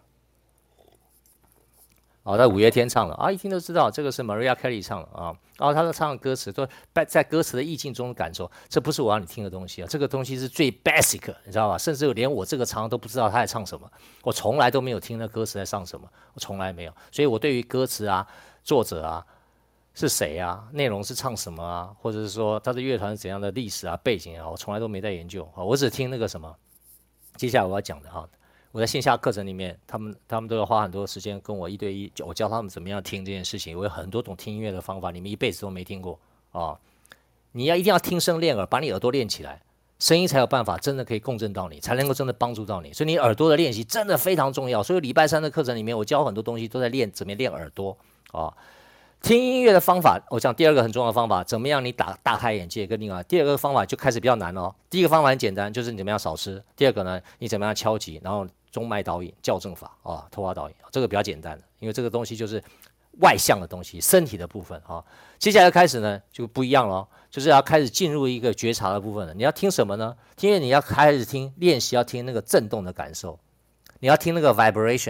哦，在五月天唱的啊，一听就知道这个是 Mariah Carey 唱的啊。然后他的唱的歌词都在歌词的意境中感受，这不是我让你听的东西啊，这个东西是最 basic， 你知道吧？甚至连我这个常常都不知道他在唱什么，我从来都没有听那歌词在唱什么，我从来没有。所以我对于歌词啊、作者啊是谁啊、内容是唱什么啊，或者是说他的乐团是怎样的历史啊、背景啊，我从来都没在研究啊，我只听那个什么。接下来我要讲的哈。我在线下课程里面，他们他们都要花很多时间跟我一对一，我教他们怎么样听这件事情。我有很多种听音乐的方法，你们一辈子都没听过啊！你要一定要听声练耳，把你耳朵练起来，声音才有办法真的可以共振到你，才能够真的帮助到你。所以你耳朵的练习真的非常重要。所以礼拜三的课程里面，我教很多东西都在练怎么练耳朵啊。听音乐的方法，我讲第二个很重要的方法，怎么样你打大开眼界，跟另外第二个方法就开始比较难哦。第一个方法很简单，就是你怎么样少吃；第二个呢，你怎么样敲击，然后中脉导引、校正法啊、透花导引，这个比较简单的，因为这个东西就是外向的东西，身体的部分啊。接下来开始呢就不一样了，就是要开始进入一个觉察的部分了。你要听什么呢？因为你要开始听练习，要听那个震动的感受，你要听那个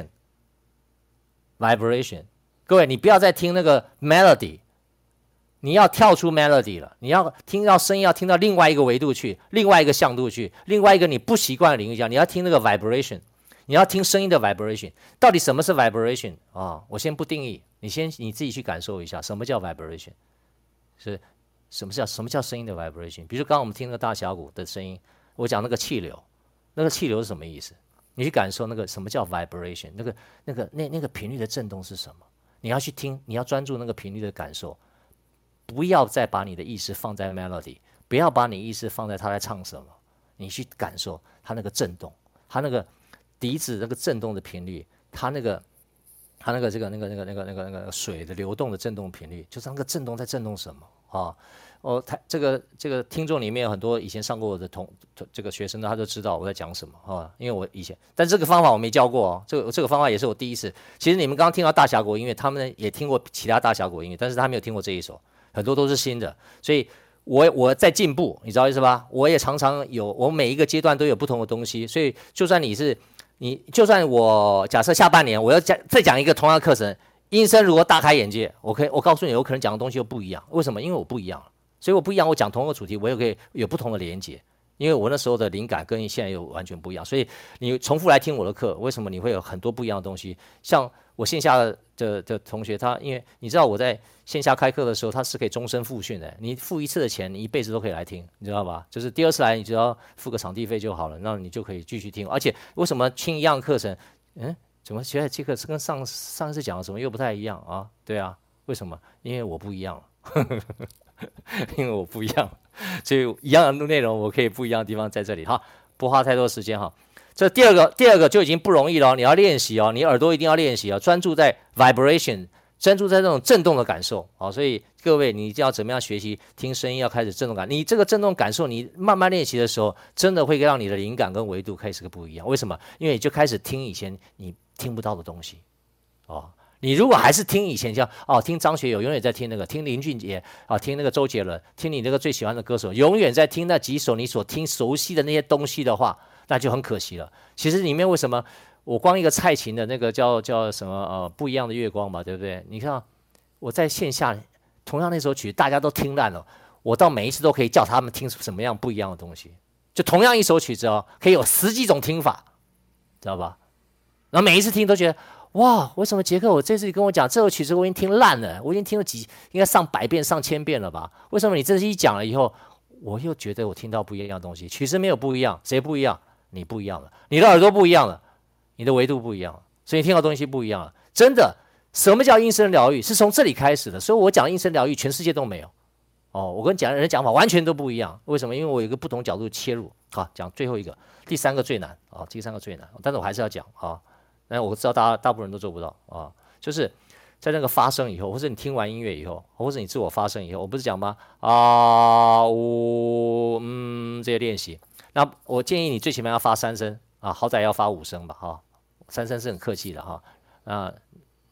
vibration，vibration。各位，你不要再听那个 melody， 你要跳出 melody 了，你要听到声音，要听到另外一个维度去，另外一个向度去，另外一个你不习惯的领域下，你要听那个 vibration， 你要听声音的 vibration。到底什么是 vibration 啊？我先不定义，你先你自己去感受一下，什么叫 vibration？ 是什么叫什么叫声音的 vibration？ 比如刚刚我们听那个大峡谷的声音，我讲那个气流，那个气流是什么意思？你去感受那个什么叫 vibration， 那个那个那那个频率的震动是什么？你要去听，你要专注那个频率的感受，不要再把你的意识放在 melody， 不要把你意识放在他在唱什么，你去感受他那个震动，他那个笛子那个震动的频率，他那个他那个这个那个那个那个那个那个水的流动的震动频率，就是那个震动在震动什么啊？哦，他这个这个听众里面有很多以前上过我的同这个学生呢，他就知道我在讲什么啊，因为我以前，但这个方法我没教过哦，这个这个方法也是我第一次。其实你们刚刚听到大峡谷音乐，他们也听过其他大峡谷音乐，但是他没有听过这一首，很多都是新的，所以我我在进步，你知道意思吧？我也常常有，我每一个阶段都有不同的东西，所以就算你是你，就算我假设下半年我要讲再讲一个同样的课程，音声如果大开眼界，我可以我告诉你，有可能讲的东西又不一样，为什么？因为我不一样了。所以我不一样，我讲同一个主题，我也可以有不同的连结，因为我那时候的灵感跟现在又完全不一样。所以你重复来听我的课，为什么你会有很多不一样的东西？像我线下的 的, 的同学，他因为你知道我在线下开课的时候，他是可以终身复训的，你付一次的钱，你一辈子都可以来听，你知道吧？就是第二次来，你只要付个场地费就好了，那你就可以继续听。而且为什么听一样的课程，嗯，怎么觉得这个跟上上次讲的什么又不太一样啊？对啊，为什么？因为我不一样了。因为我不一样，所以一样的内容我可以不一样的地方在这里哈，不花太多时间哈。这第二个，第二个就已经不容易了，你要练习哦，你耳朵一定要练习哦，专注在 vibration， 专注在这种震动的感受好，所以各位你一定要怎么样学习听声音，要开始震动感，你这个震动感受，你慢慢练习的时候，真的会让你的灵感跟维度开始个不一样。为什么？因为你就开始听以前你听不到的东西哦。你如果还是听以前像哦，听张学友，永远在听那个，听林俊杰啊，听那个周杰伦，听你那个最喜欢的歌手，永远在听那几首你所听熟悉的那些东西的话，那就很可惜了。其实里面为什么我光一个蔡琴的那个叫叫什么呃不一样的月光嘛，对不对？你看我在线下同样那首曲大家都听烂了，我到每一次都可以叫他们听什么样不一样的东西，就同样一首曲子哦，可以有十几种听法，知道吧？然后每一次听都觉得。哇，为什么杰克我这次跟我讲这首曲子我已经听烂了，我已经听了几应该上百遍上千遍了吧？为什么你这次一讲了以后，我又觉得我听到不一样的东西？曲子没有不一样，谁不一样？你不一样了，你的耳朵不一样了，你的维度不一样了，所以你听到东西不一样了。真的，什么叫音声疗愈？是从这里开始的。所以我讲音声疗愈，全世界都没有。哦，我跟讲人的讲法完全都不一样。为什么？因为我有一个不同角度切入。好，讲最后一个，第三个最难啊，第三个最难，但是我还是要讲啊。但我知道大家大部分人都做不到啊，就是在那个发声以后，或者你听完音乐以后，或者你自我发声以后，我不是讲吗？啊，呜，嗯，这些练习。那我建议你最起码要发三声啊，好歹要发五声吧，哈、啊，三声是很客气的哈。啊，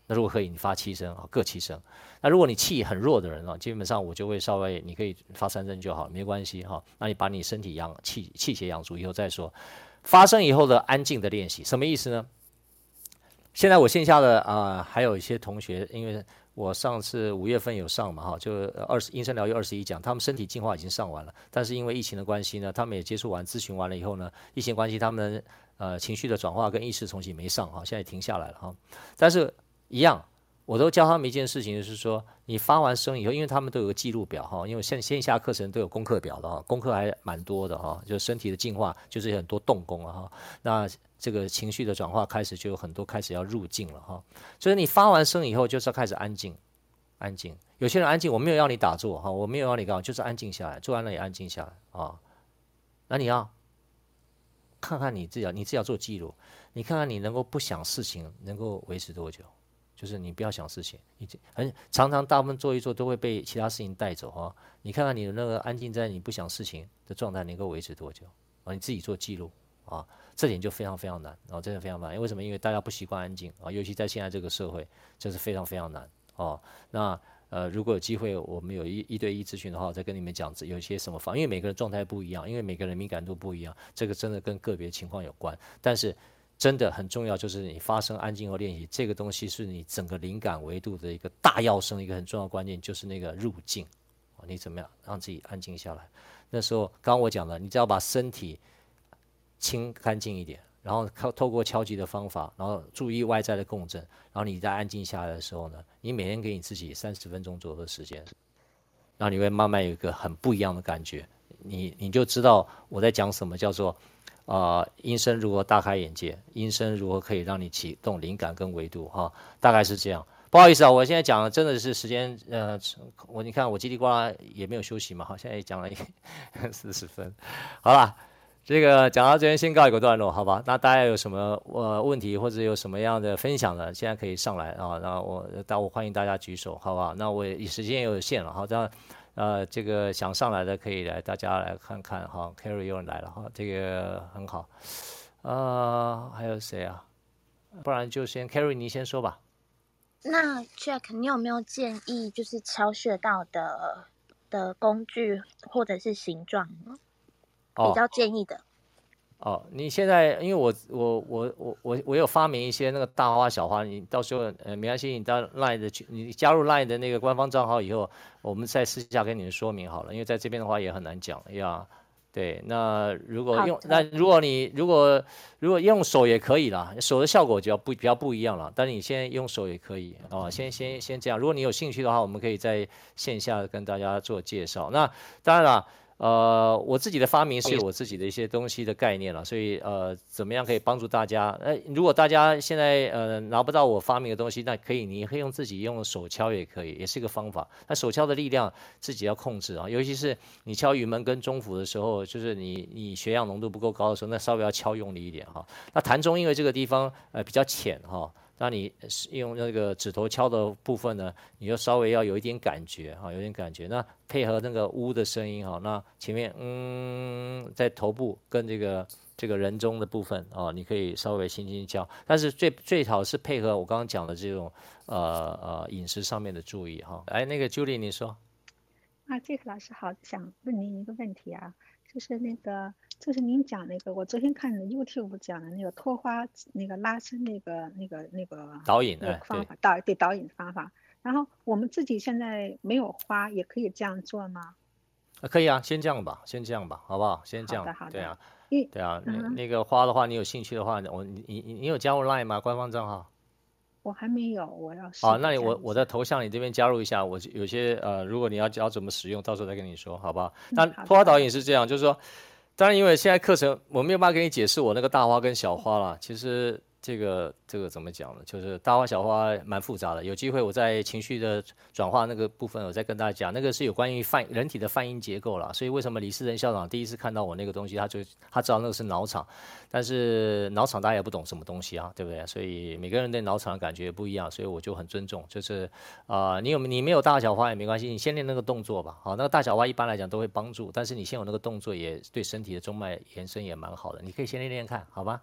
那如果可以，你发七声啊，各七声。那如果你气很弱的人啊，基本上我就会稍微，你可以发三声就好，没关系哈。那你把你身体养气气血养足以后再说。发声以后的安静的练习，什么意思呢？现在我线下的啊、呃，还有一些同学，因为我上次五月份有上嘛哈，就二十音声疗愈二十一讲，他们身体净化已经上完了，但是因为疫情的关系呢，他们也接触完咨询完了以后呢，疫情关系他们呃情绪的转化跟意识重启没上哈，现在停下来了哈，但是。一样，我都教他们一件事情，就是说，你发完声以后，因为他们都有个记录表哈，因为线线下课程都有功课表的哈，功课还蛮多的哈，就是身体的净化，就是很多动功了哈。那这个情绪的转化开始就有很多开始要入境了哈。所以你发完声以后，就是要开始安静，安静。有些人安静，我没有要你打坐哈，我没有要你干嘛，就是安静下来，做完了也安静下来啊。那你要看看你自己，你自己要做记录，你看看你能够不想事情能够维持多久。就是你不要想事情，你很常常大部分做一做都会被其他事情带走哈。你看看你的那个安静在你不想事情的状态能够维持多久啊？你自己做记录啊，这点就非常非常难啊，真的非常难。因为为什么？因为大家不习惯安静啊，尤其在现在这个社会，这是非常非常难哦。那呃，如果有机会，我们有一一对一咨询的话，我再跟你们讲有一些什么方，因为每个人状态不一样，因为每个人敏感度不一样，这个真的跟个别情况有关，但是。真的很重要，就是你发声安静后练习这个东西，是你整个灵感维度的一个大要生，一个很重要的关键，就是那个入境。你怎么样让自己安静下来？那时候，刚刚我讲了，你只要把身体清干净一点，然后靠透过敲击的方法，然后注意外在的共振，然后你在安静下来的时候呢，你每天给你自己三十分钟左右的时间，然后你会慢慢有一个很不一样的感觉，你你就知道我在讲什么叫做。啊、呃，音声如何大开眼界？音声如何可以让你启动灵感跟维度？哈，大概是这样。不好意思啊，我现在讲的真的是时间，呃，我你看我叽里呱啦也没有休息嘛，哈，现在也讲了四十分，好啦，这个讲到这边先告一个段落，好吧？那大家有什么呃问题或者有什么样的分享的，现在可以上来啊，那我那我欢迎大家举手，好不好？那我时间也有限了，好，这样。呃，这个想上来的可以来，大家来看看哈。Carry 又来了哈，这个很好。呃，还有谁啊？不然就先 Carry 你先说吧。 那 Jack， 你有没有建议就是敲穴道的的工具或者是形状呢？比较建议的。 哦，你现在因为我我我我我我有发明一些那个大花小花，你到时候呃没关系，你到 Line 的你加入 Line 的那个官方账号以后，我们再私下跟你们说明好了，因为在这边的话也很难讲呀。对，那如果用那如果你如果如果用手也可以啦，手的效果就要不比较不一样了。但是你现在用手也可以哦，先先先这样。如果你有兴趣的话，我们可以在线下跟大家做介绍。那当然了。呃，我自己的发明是我自己的一些东西的概念了，所以呃，怎么样可以帮助大家？呃，如果大家现在呃拿不到我发明的东西，那可以，你可以用自己用手敲也可以，也是一个方法。那手敲的力量自己要控制啊，尤其是你敲云门跟中府的时候，就是你你血氧浓度不够高的时候，那稍微要敲用力一点哈。那膻中因为这个地方呃比较浅哈。那你用那个指头敲的部分呢，你就稍微要有一点感觉哈，有点感觉。那配合那个呜的声音哈，那前面嗯，在头部跟这个这个人中的部分哦，你可以稍微轻轻敲，但是最最好是配合我刚刚讲的这种呃呃饮食上面的注意哈。哎，那个 Julie 你说。 啊，这个老师好，想问您一个问题啊，就是那个，就是您讲那个，我昨天看的 YouTube 讲的那个托花那个拉伸那个那个那个导引那个方法，导对导引方法。然后我们自己现在没有花，也可以这样做吗？ 啊，可以啊，先这样吧，先这样吧，好不好？先这样， 好的好的对啊， 对啊，那、嗯、那个花的话，你有兴趣的话，我你你你有加入 Line 吗？官方账号？ 我还没有，我要试。 好，那你我我的头像你这边加入一下，我有些呃，如果你要要怎么使用，到时候再跟你说，好不好？那托花导引是这样，就是说，当然因为现在课程我没有办法给你解释我那个大花跟小花啦，其实这个这个怎么讲呢？就是大花小花蛮复杂的，有机会我在情绪的转化那个部分，我再跟大家讲，那个是有关于泛人体的泛音结构啦。所以为什么李世仁校长第一次看到我那个东西，他就他知道那个是脑场，但是脑场大家也不懂什么东西啊，对不对？所以每个人对脑场的感觉不一样，所以我就很尊重，就是啊、呃，你有你没有大小花也没关系，你先练那个动作吧。好，那个大小花一般来讲都会帮助，但是你先有那个动作，也对身体的中脉延伸也蛮好的，你可以先练练看，好吧？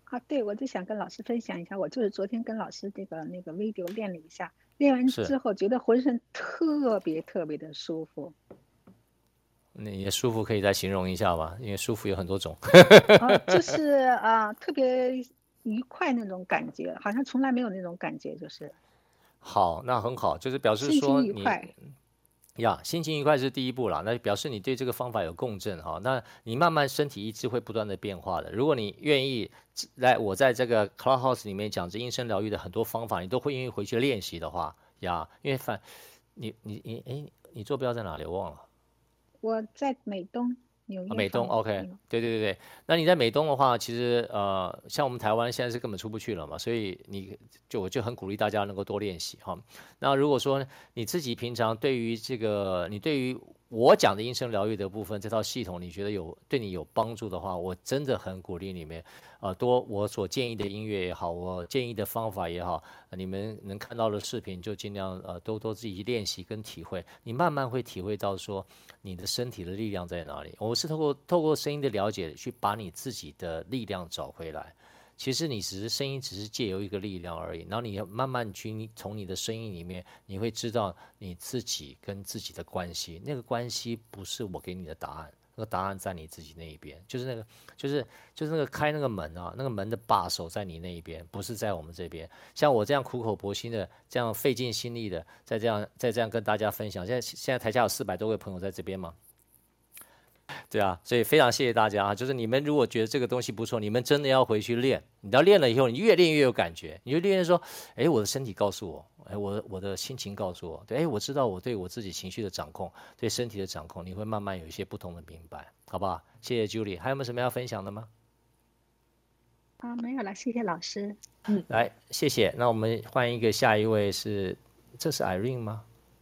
啊，对，我就想跟老师分享一下，我就是昨天跟老师这个那个 video 练了一下，练完之后觉得浑身特别特别的舒服。 你的舒服可以再形容一下吗？因为舒服有很多种。 啊，就是啊、呃，特别愉快那种感觉，好像从来没有那种感觉，就是。 好，那很好，就是表示心情说你愉快。 呀，心情愉快是第一步啦，那表示你对这个方法有共振哈。那你慢慢身体意志会不断的变化的。如果你愿意来，我在这个 Clubhouse 里面讲这音声疗愈的很多方法，你都会愿意回去练习的话呀，因为反你你你哎，你坐标在哪里？我忘了。 我在美东。 啊、美东 ，OK， 对对对对，那你在美东的话，其实呃，像我们台湾现在是根本出不去了嘛，所以你就我就很鼓励大家能够多练习哈。那如果说你自己平常对于这个，你对于我讲的音声疗愈的部分，这套系统你觉得有对你有帮助的话，我真的很鼓励你们，呃，多我所建议的音乐也好，我建议的方法也好，呃、你们能看到的视频就尽量呃多多自己练习跟体会，你慢慢会体会到说你的身体的力量在哪里。我是透过透过声音的了解，去把你自己的力量找回来。其实你只是声音，只是借由一个力量而已。然后你慢慢去从你的声音里面，你会知道你自己跟自己的关系。那个关系不是我给你的答案，那个答案在你自己那一边。就是那个，就是就是那个开那个门啊，那个门的把手在你那一边，不是在我们这边。像我这样苦口婆心的，这样费尽心力的，再这样再这样跟大家分享。现在现在台下有四百多位朋友在这边嘛。对啊，所以非常谢谢大家啊！就是你们如果觉得这个东西不错，你们真的要回去练。你要练了以后，你越练越有感觉，你就练说，哎，我的身体告诉我，哎，我我的心情告诉我，对，哎，我知道我对我自己情绪的掌控，对身体的掌控，你会慢慢有一些不同的明白，好不好？谢谢 Julie， 还有没有什么要分享的吗？ 啊，没有了，谢谢老师。 嗯，来，谢谢。那我们换一个，下一位是，这是 Irene 吗？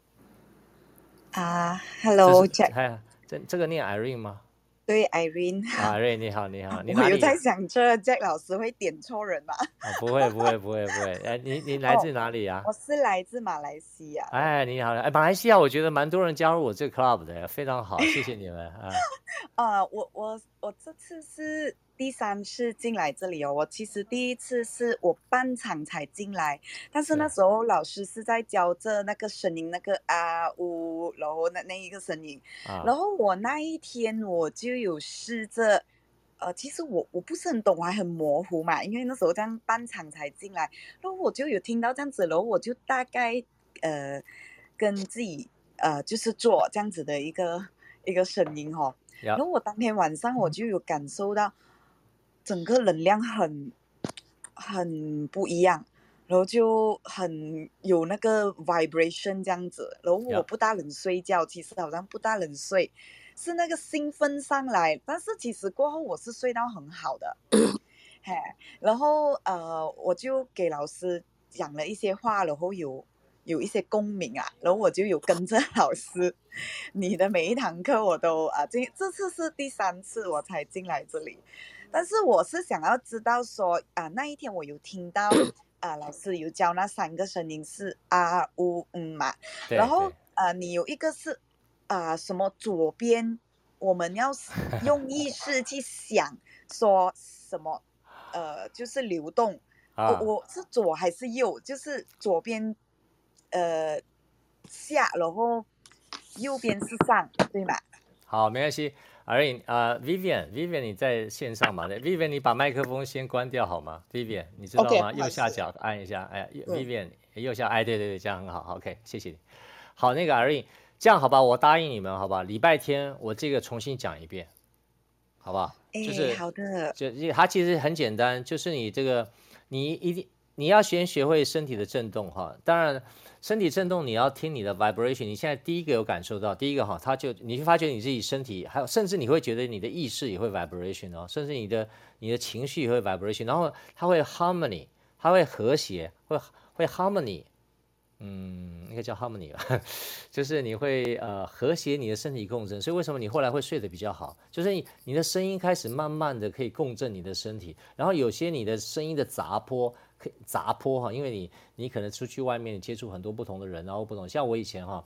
啊、uh, ，Hello Jack。这这个念 Irene 吗？ 对 ，Irene。 啊 ，Irene 你好，你好，你我有在想着 Jack 老师会点错人吗？ 哦，不会，不会，不会，不会。哎，你你来自哪里啊？ 我是来自马来西亚。 哎，你好，哎，马来西亚，我觉得蛮多人加入我这个 club 的，非常好，谢谢你们啊。 呃，我我我这次是第三次进来这里哦。我其实第一次是我半场才进来，但是那时候老师是在教着那个声音，那个啊呜，然后那那一个声音、啊，然后我那一天我就有试着，呃，其实我我不是很懂，我还很模糊嘛，因为那时候这样半场才进来，然后我就有听到这样子，然后我就大概呃跟自己呃就是做这样子的一个一个声音哦。然后我当天晚上我就有感受到整个能量很很不一样，然后就很有那个 vibration 这样子，然后我不大能睡觉，其实好像不大能睡，是那个兴奋上来，但是其实过后我是睡到很好的嘿，然后呃我就给老师讲了一些话，然后有有一些共鸣啊，然后我就有跟着老师，你的每一堂课我都啊，这这次是第三次我才进来这里，但是我是想要知道说啊，那一天我有听到啊，老师有教那三个声音是啊呜嗯嘛，然后啊你有一个是啊什么左边，我们要用意识去想说什么呃就是流动，啊、我我是左还是右？就是左边。呃，下，然后右边是上，对吗？ 好，没关系。Irene 啊、呃、，Vivian，Vivian 你在线上吗 ？Vivian 你把麦克风先关掉好吗 ？Vivian 你知道吗？ Okay, 右下角按一下，哎 ，Vivian 右下，哎，对对对，这样很好 ，OK， 谢谢你。好，那个 Irene， 这样好吧，我答应你们，好吧，礼拜天我这个重新讲一遍，好不好？ 哎， 就是好的， 就它其实很简单，就是你这个你一定你要先学会身体的震动哈，当然。身体震动，你要听你的 vibration。你现在第一个有感受到，第一个哈，它就你会发觉你自己身体，还有甚至你会觉得你的意识也会 vibration 哦，甚至你的你的情绪也会 vibration， 然后它会 harmony， 它会和谐，会会 harmony， 嗯，应该叫 harmony 吧，就是你会呃和谐你的身体共振。所以为什么你后来会睡得比较好？就是你你的声音开始慢慢的可以共振你的身体，然后有些你的声音的杂波。杂波哈，因为你你可能出去外面接触很多不同的人，然后不同，像我以前哈，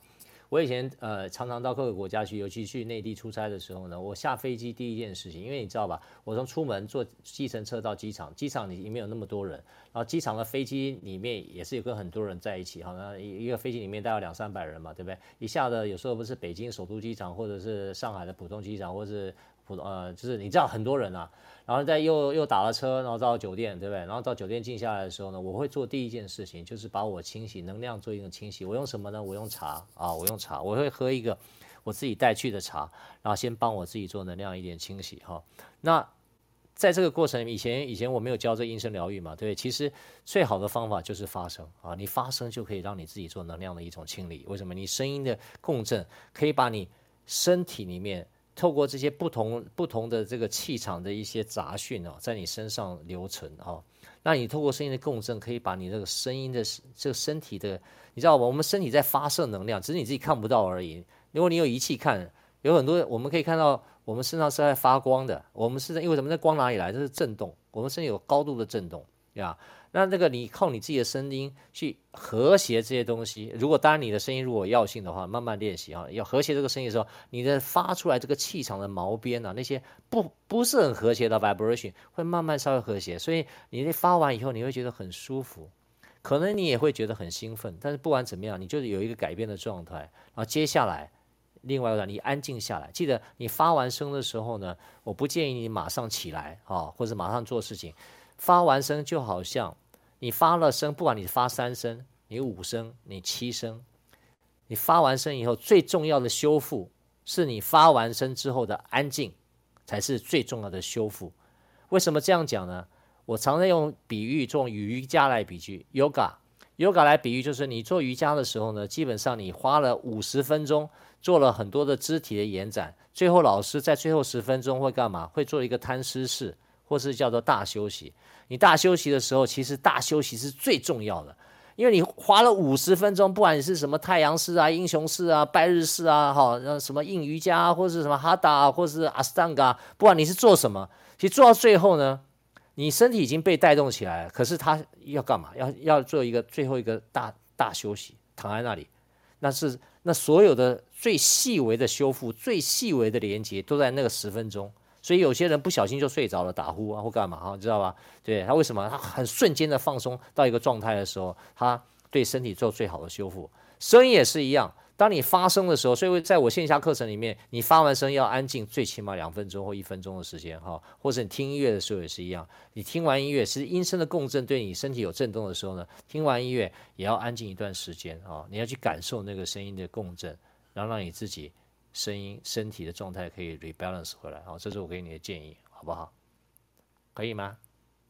我以前呃常常到各个国家去，尤其去内地出差的时候呢，我下飞机第一件事情，因为你知道吧，我从出门坐计程车到机场，机场里面有那么多人，然后机场的飞机里面也是有跟很多人在一起，好像一个飞机里面大概两三百人嘛，对不对？一下的有时候不是北京首都机场，或者是上海的浦东机场，或者是普呃就是你知道很多人啊。然后再又又打了车，然后到酒店，对不对？然后到酒店静下来的时候呢，我会做第一件事情就是把我清洗能量做一个清洗。我用什么呢？我用茶啊，我用茶，我会喝一个我自己带去的茶，然后先帮我自己做能量一点清洗哈。那在这个过程，以前以前我没有教这音声疗愈嘛，对，其实最好的方法就是发声啊，你发声就可以让你自己做能量的一种清理。为什么？你声音的共振可以把你身体里面。透过这些不同不同的这个气场的一些杂讯哦，在你身上流程哦，那你透过声音的共振，可以把你这个声音的这个身体的，你知道吗？我们身体在发射能量，只是你自己看不到而已。如果你有仪器看，有很多我们可以看到，我们身上是在发光的。我们是在因为什么？那光哪里来？这是震动，我们身体有高度的震动，对吧？那这个你靠你自己的声音去和谐这些东西，如果当然你的声音如果有药性的话，慢慢练习啊，要和谐这个声音的时候，你的发出来这个气场的毛边啊，那些不不是很和谐的 vibration 会慢慢稍微和谐，所以你发完以后你会觉得很舒服，可能你也会觉得很兴奋，但是不管怎么样，你就是有一个改变的状态。然后接下来另外一个你安静下来，记得你发完声的时候呢，我不建议你马上起来啊，或者马上做事情。发完声就好像你发了声，不管你发三声、你五声、你七声，你发完声以后，最重要的修复是你发完声之后的安静，才是最重要的修复。为什么这样讲呢？我常常用比喻，做瑜伽来比喻 ，yoga yoga 来比喻，就是你做瑜伽的时候呢，基本上你花了五十分钟，做了很多的肢体的延展，最后老师在最后十分钟会干嘛？会做一个摊尸式。或是叫做大休息，你大休息的时候，其实大休息是最重要的，因为你花了五十分钟，不管你是什么太阳式啊、英雄式啊、拜日式啊，哈，什么硬瑜伽，或是什么哈达，或是阿斯汤嘎，不管你是做什么，其实做到最后呢，你身体已经被带动起来了，可是他要干嘛？要要做一个最后一个大大休息，躺在那里，那是那所有的最细微的修复、最细微的连接，都在那个十分钟。所以有些人不小心就睡着了，打呼啊或干嘛哈，知道吧？对，他为什么？他很瞬间的放松到一个状态的时候，他对身体做最好的修复。声音也是一样，当你发声的时候，所以在我线下课程里面，你发完声要安静，最起码两分钟或一分钟的时间哈，或者你听音乐的时候也是一样，你听完音乐，其实音声的共振对你身体有震动的时候呢，听完音乐也要安静一段时间啊，你要去感受那个声音的共振，然后让你自己。声音、身体的状态可以 rebalance 回来，好，这是我给你的建议，好不好？可以吗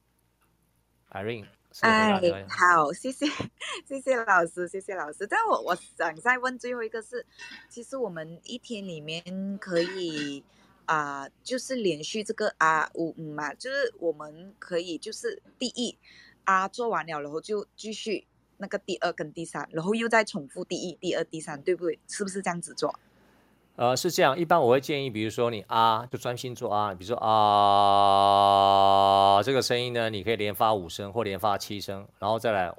？Irene， 哎，好，谢谢，谢谢老师，谢谢老师。但我我想再问最后一个是，其实我们一天里面可以啊、呃，就是连续这个啊五嗯嘛，就是我们可以就是第一啊做完了，然后就继续那个第二跟第三，然后又再重复第一、第二、第三，对不对？是不是这样子做？ 呃，是这样，一般我会建议，比如说你啊，就专心做啊，比如说啊，这个声音呢，你可以连发五声或连发七声，然后再来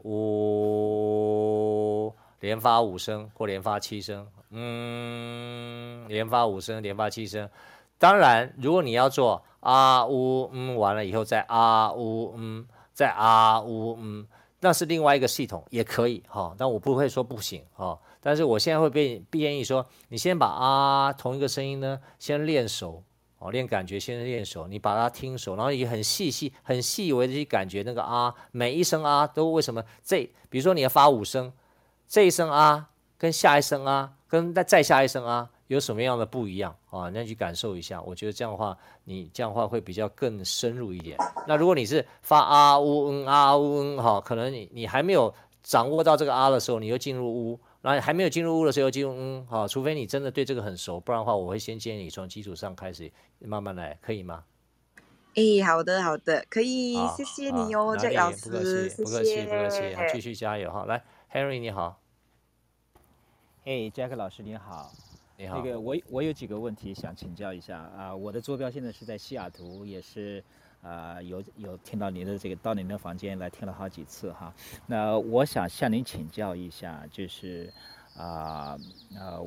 呜、哦，连发五声或连发七声，嗯，连发五声，连发七声。当然，如果你要做啊呜嗯，完了以后再啊呜嗯，再啊呜嗯，那是另外一个系统，也可以哈、哦，但我不会说不行哈。哦，但是我现在会被建议说，你先把啊同一个声音呢，先练熟哦，练感觉先练熟，你把它听熟，然后也很细细、很细微的去感觉那个啊，每一声啊都为什么这，比如说你要发五声，这一声啊跟下一声啊跟再下一声啊有什么样的不一样啊？你要去感受一下，我觉得这样的话，你这样的话会比较更深入一点。那如果你是发啊呜嗯啊呜嗯哈，可能你你还没有掌握到这个啊的时候，你又进入呜。然后还没有进入屋的时候进入嗯好，除非你真的对这个很熟，不然的话我会先建议你从基础上开始慢慢来，可以吗？ 哎，好的好的，可以，谢谢你哦，Jack老师， 不客气不客气不客气，好，继续加油哈。来 ，Henry 你好， 哎 ，Jack 老师你好， 你好， 那个我我有几个问题想请教一下啊、呃，我的坐标现在是在西雅图，也是。呃，有有听到您的这个到您的房间来听了好几次哈，那我想向您请教一下，就是啊呃，呃，我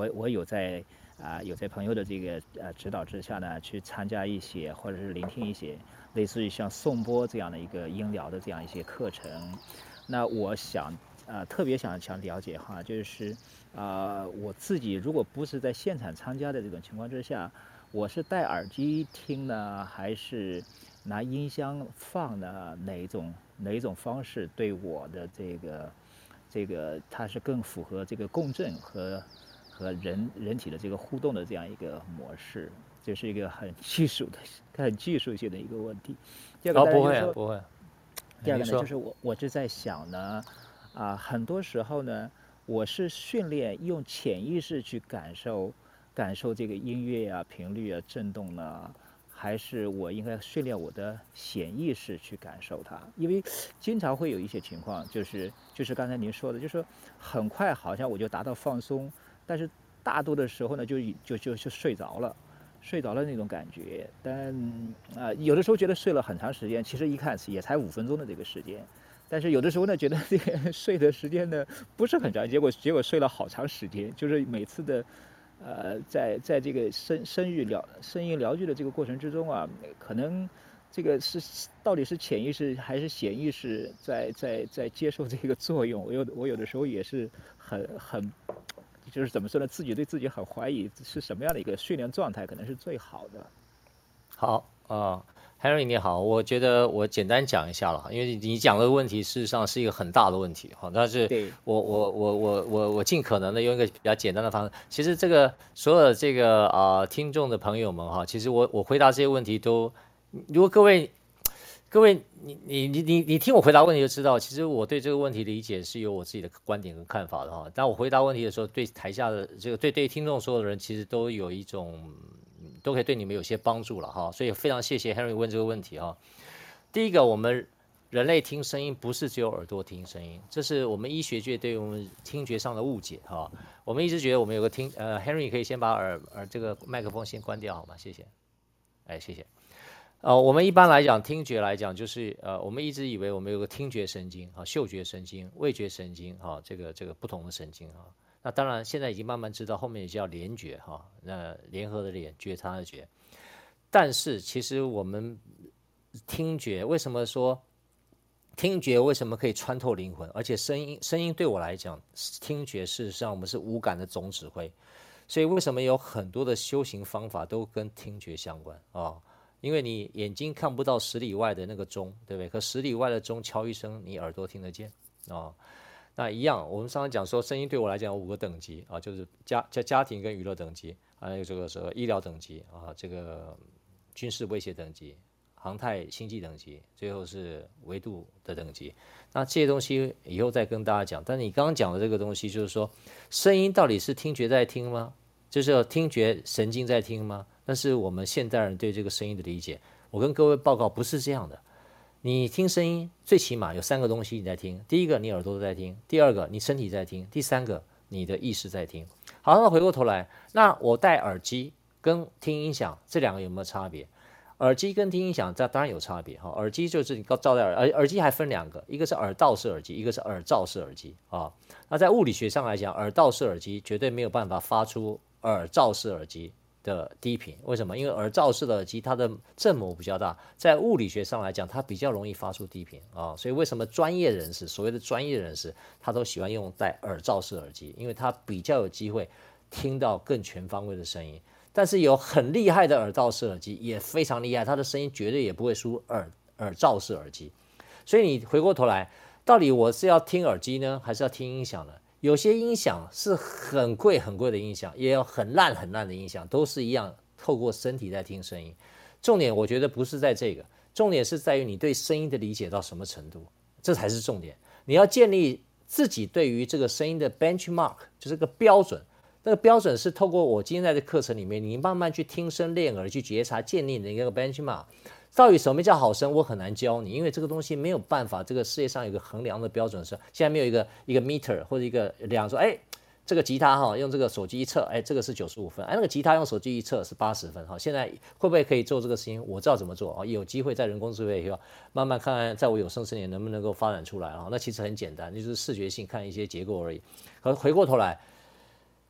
我我有在啊、呃、有在朋友的这个呃指导之下呢，去参加一些或者是聆听一些类似于像颂钵这样的一个音疗的这样一些课程。那我想呃特别想想了解哈，就是啊、呃、我自己如果不是在现场参加的这种情况之下，我是戴耳机听呢，还是拿音箱放呢？哪一种哪一种方式对我的这个这个它是更符合这个共振和和人人体的这个互动的这样一个模式？这是一个很技术的、很技术性的一个问题。第二个、 哦，不会不会。 第二个呢，就是我我是在想呢，啊，很多时候呢，我是训练用潜意识去感受感受这个音乐啊、频率啊、震动呢，还是我应该训练我的显意识去感受它？因为经常会有一些情况，就是就是刚才您说的，就是说很快好像我就达到放松，但是大多的时候呢，就就就就睡着了。睡着了那种感觉，但啊、呃，有的时候觉得睡了很长时间，其实一看也才五分钟的这个时间，但是有的时候呢，觉得这个睡的时间呢不是很长，结果结果睡了好长时间，就是每次的，呃，在在这个声声域疗声音疗愈的这个过程之中啊，可能这个是到底是潜意识还是显意识在在在接受这个作用，我有我有的时候也是很很。就是怎么说呢？自己对自己很怀疑，是什么样的一个训练状态可能是最好的。 好啊、呃、，Henry 你好，我觉得我简单讲一下了，因为你讲的问题事实上是一个很大的问题哈，但是我我我我我我尽可能的用一个比较简单的方式。其实这个所有的这个啊、呃、听众的朋友们哈，其实我我回答这些问题都，如果各位。各位，你你你你你听我回答问题就知道，其实我对这个问题理解是有我自己的观点跟看法的哈。但我回答问题的时候，对台下的这个对对听众所有的人，其实都有一种都可以对你们有些帮助了哈。所以非常谢谢 Henry 问这个问题哈。第一个，我们人类听声音不是只有耳朵听声音，这是我们医学界对我们听觉上的误解哈。我们一直觉得我们有个听呃 Henry 可以先把耳耳这个麦克风先关掉好吗？谢谢。哎，谢谢。呃，我们一般来讲，听觉来讲，就是呃，我们一直以为我们有个听觉神经啊、嗅觉神经、味觉神经啊，这个这个不同的神经啊。那当然，现在已经慢慢知道，后面也叫联觉哈，那联合的联，觉察的觉。但是其实我们听觉为什么说听觉为什么可以穿透灵魂？而且声音声音对我来讲，听觉事实上我们是五感的总指挥，所以为什么有很多的修行方法都跟听觉相关啊？因为你眼睛看不到十里外的那个钟，对不对？可十里外的钟敲一声，你耳朵听得见啊、哦。那一样，我们上次讲说，声音对我来讲有五个等级啊，就是家家家庭跟娱乐等级，还有这个什么医疗等级啊，这个军事威胁等级、航太星际等级，最后是维度的等级。那这些东西以后再跟大家讲。但你刚刚讲的这个东西，就是说，声音到底是听觉在听吗？就是听觉神经在听吗？但是我们现代人对这个声音的理解，我跟各位报告不是这样的。你听声音，最起码有三个东西你在听：第一个，你耳朵在听；第二个，你身体在听；第三个，你的意识在听。好，那回过头来，那我戴耳机跟听音响这两个有没有差别？耳机跟听音响这当然有差别哈。耳机就是你罩在耳，耳耳机还分两个，一个是耳道式耳机，一个是耳罩式耳机啊。那在物理学上来讲，耳道式耳机绝对没有办法发出耳罩式耳机的低频。为什么？因为耳罩式的耳机它的振膜比较大，在物理学上来讲，它比较容易发出低频啊。所以为什么专业人士，所谓的专业人士，他都喜欢用戴耳罩式耳机，因为他比较有机会听到更全方位的声音。但是有很厉害的耳道式耳机也非常厉害，它的声音绝对也不会输耳耳罩式耳机。所以你回过头来，到底我是要听耳机呢，还是要听音响呢？有些音响是很贵很贵的音响，也有很烂很烂的音响，都是一样透过身体在听声音。重点我觉得不是在这个，重点是在于你对声音的理解到什么程度，这才是重点。你要建立自己对于这个声音的 benchmark， 就是个标准。那个标准是透过我今天在这课程里面，你慢慢去听声练耳，去觉察建立的一个 benchmark。到底什么叫好声，我很难教你，因为这个东西没有办法，这个世界上有一个衡量的标准是，现在没有一个一个 meter 或者一个量说，哎，这个吉他哈用这个手机一测，哎，这个是九十五分，哎，那个吉他用手机一测是八十分哈。现在会不会可以做这个事情？我知道怎么做啊，有机会在人工智慧以后慢慢看看，在我有生之年能不能够发展出来啊。那其实很简单，就是视觉性看一些结构而已。可回过头来。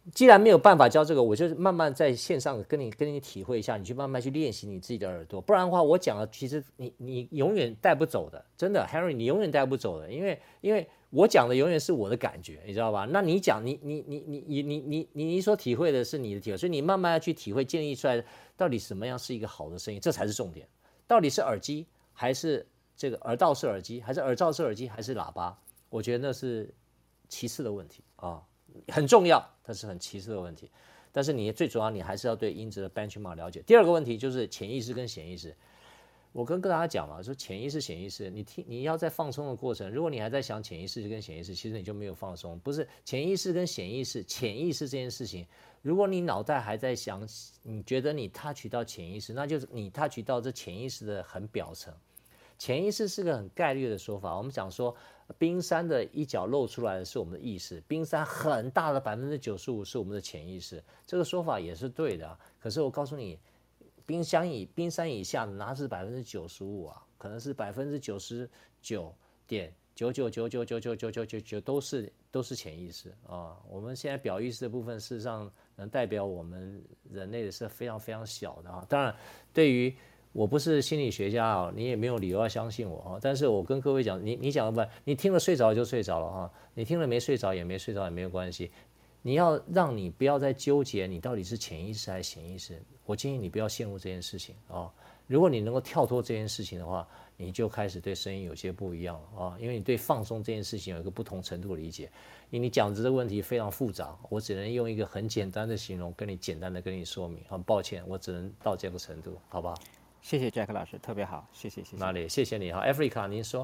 既然没有办法教这个，我就慢慢在线上跟你跟你体会一下，你去慢慢去练习你自己的耳朵，不然的话，我讲了，其实你你永远带不走的，真的 ，Henry， 你永远带不走的，因为因为我讲的永远是我的感觉，你知道吧？那你讲，你你你你你你你你你所体会的是你的体会，所以你慢慢要去体会，建立出来到底什么样是一个好的声音，这才是重点。到底是耳机还是这个耳道式耳机，还是耳罩式耳机，还是喇叭？我觉得那是其次的问题啊。很重要，但是很其次的问题。但是你最主要，你还是要对音质的 benchmark 了解。第二个问题就是潜意识跟显意识。我跟跟大家讲嘛，说潜意识、显意识，你听，你要在放松的过程，如果你还在想潜意识跟显意识，其实你就没有放松。不是潜意识跟显意识，潜意识这件事情，如果你脑袋还在想，你觉得你 touch 到潜意识，那就是你 touch 到这潜意识的很表层。潜意识是个很概率的说法，我们讲说冰山的一角露出来的是我们的意识，冰山很大的百分之九十五是我们的潜意识，这个说法也是对的啊。可是我告诉你，冰山以冰山以下的哪是百分之九十五啊？可能是百分之九十九点九九九九九九九九九九都是都是潜意识啊。我们现在表意识的部分，事实上能代表我们人类的是非常非常小的啊。当然，对于我不是心理学家啊，你也没有理由要相信我啊。但是我跟各位讲，你你讲的不，你听了睡着就睡着了啊，你听了没睡着也没睡着也没有关系。你要让你不要再纠结你到底是潜意识还是显意识，我建议你不要陷入这件事情啊。如果你能够跳脱这件事情的话，你就开始对声音有些不一样了啊，因为你对放松这件事情有一个不同程度的理解。因为你讲这个问题非常复杂，我只能用一个很简单的形容跟你简单的跟你说明。很抱歉，我只能到这个程度，好不好？ 谢谢 Jack 老师，特别好，谢谢谢谢。 哪里？谢谢你哈 ，Africa， 您说。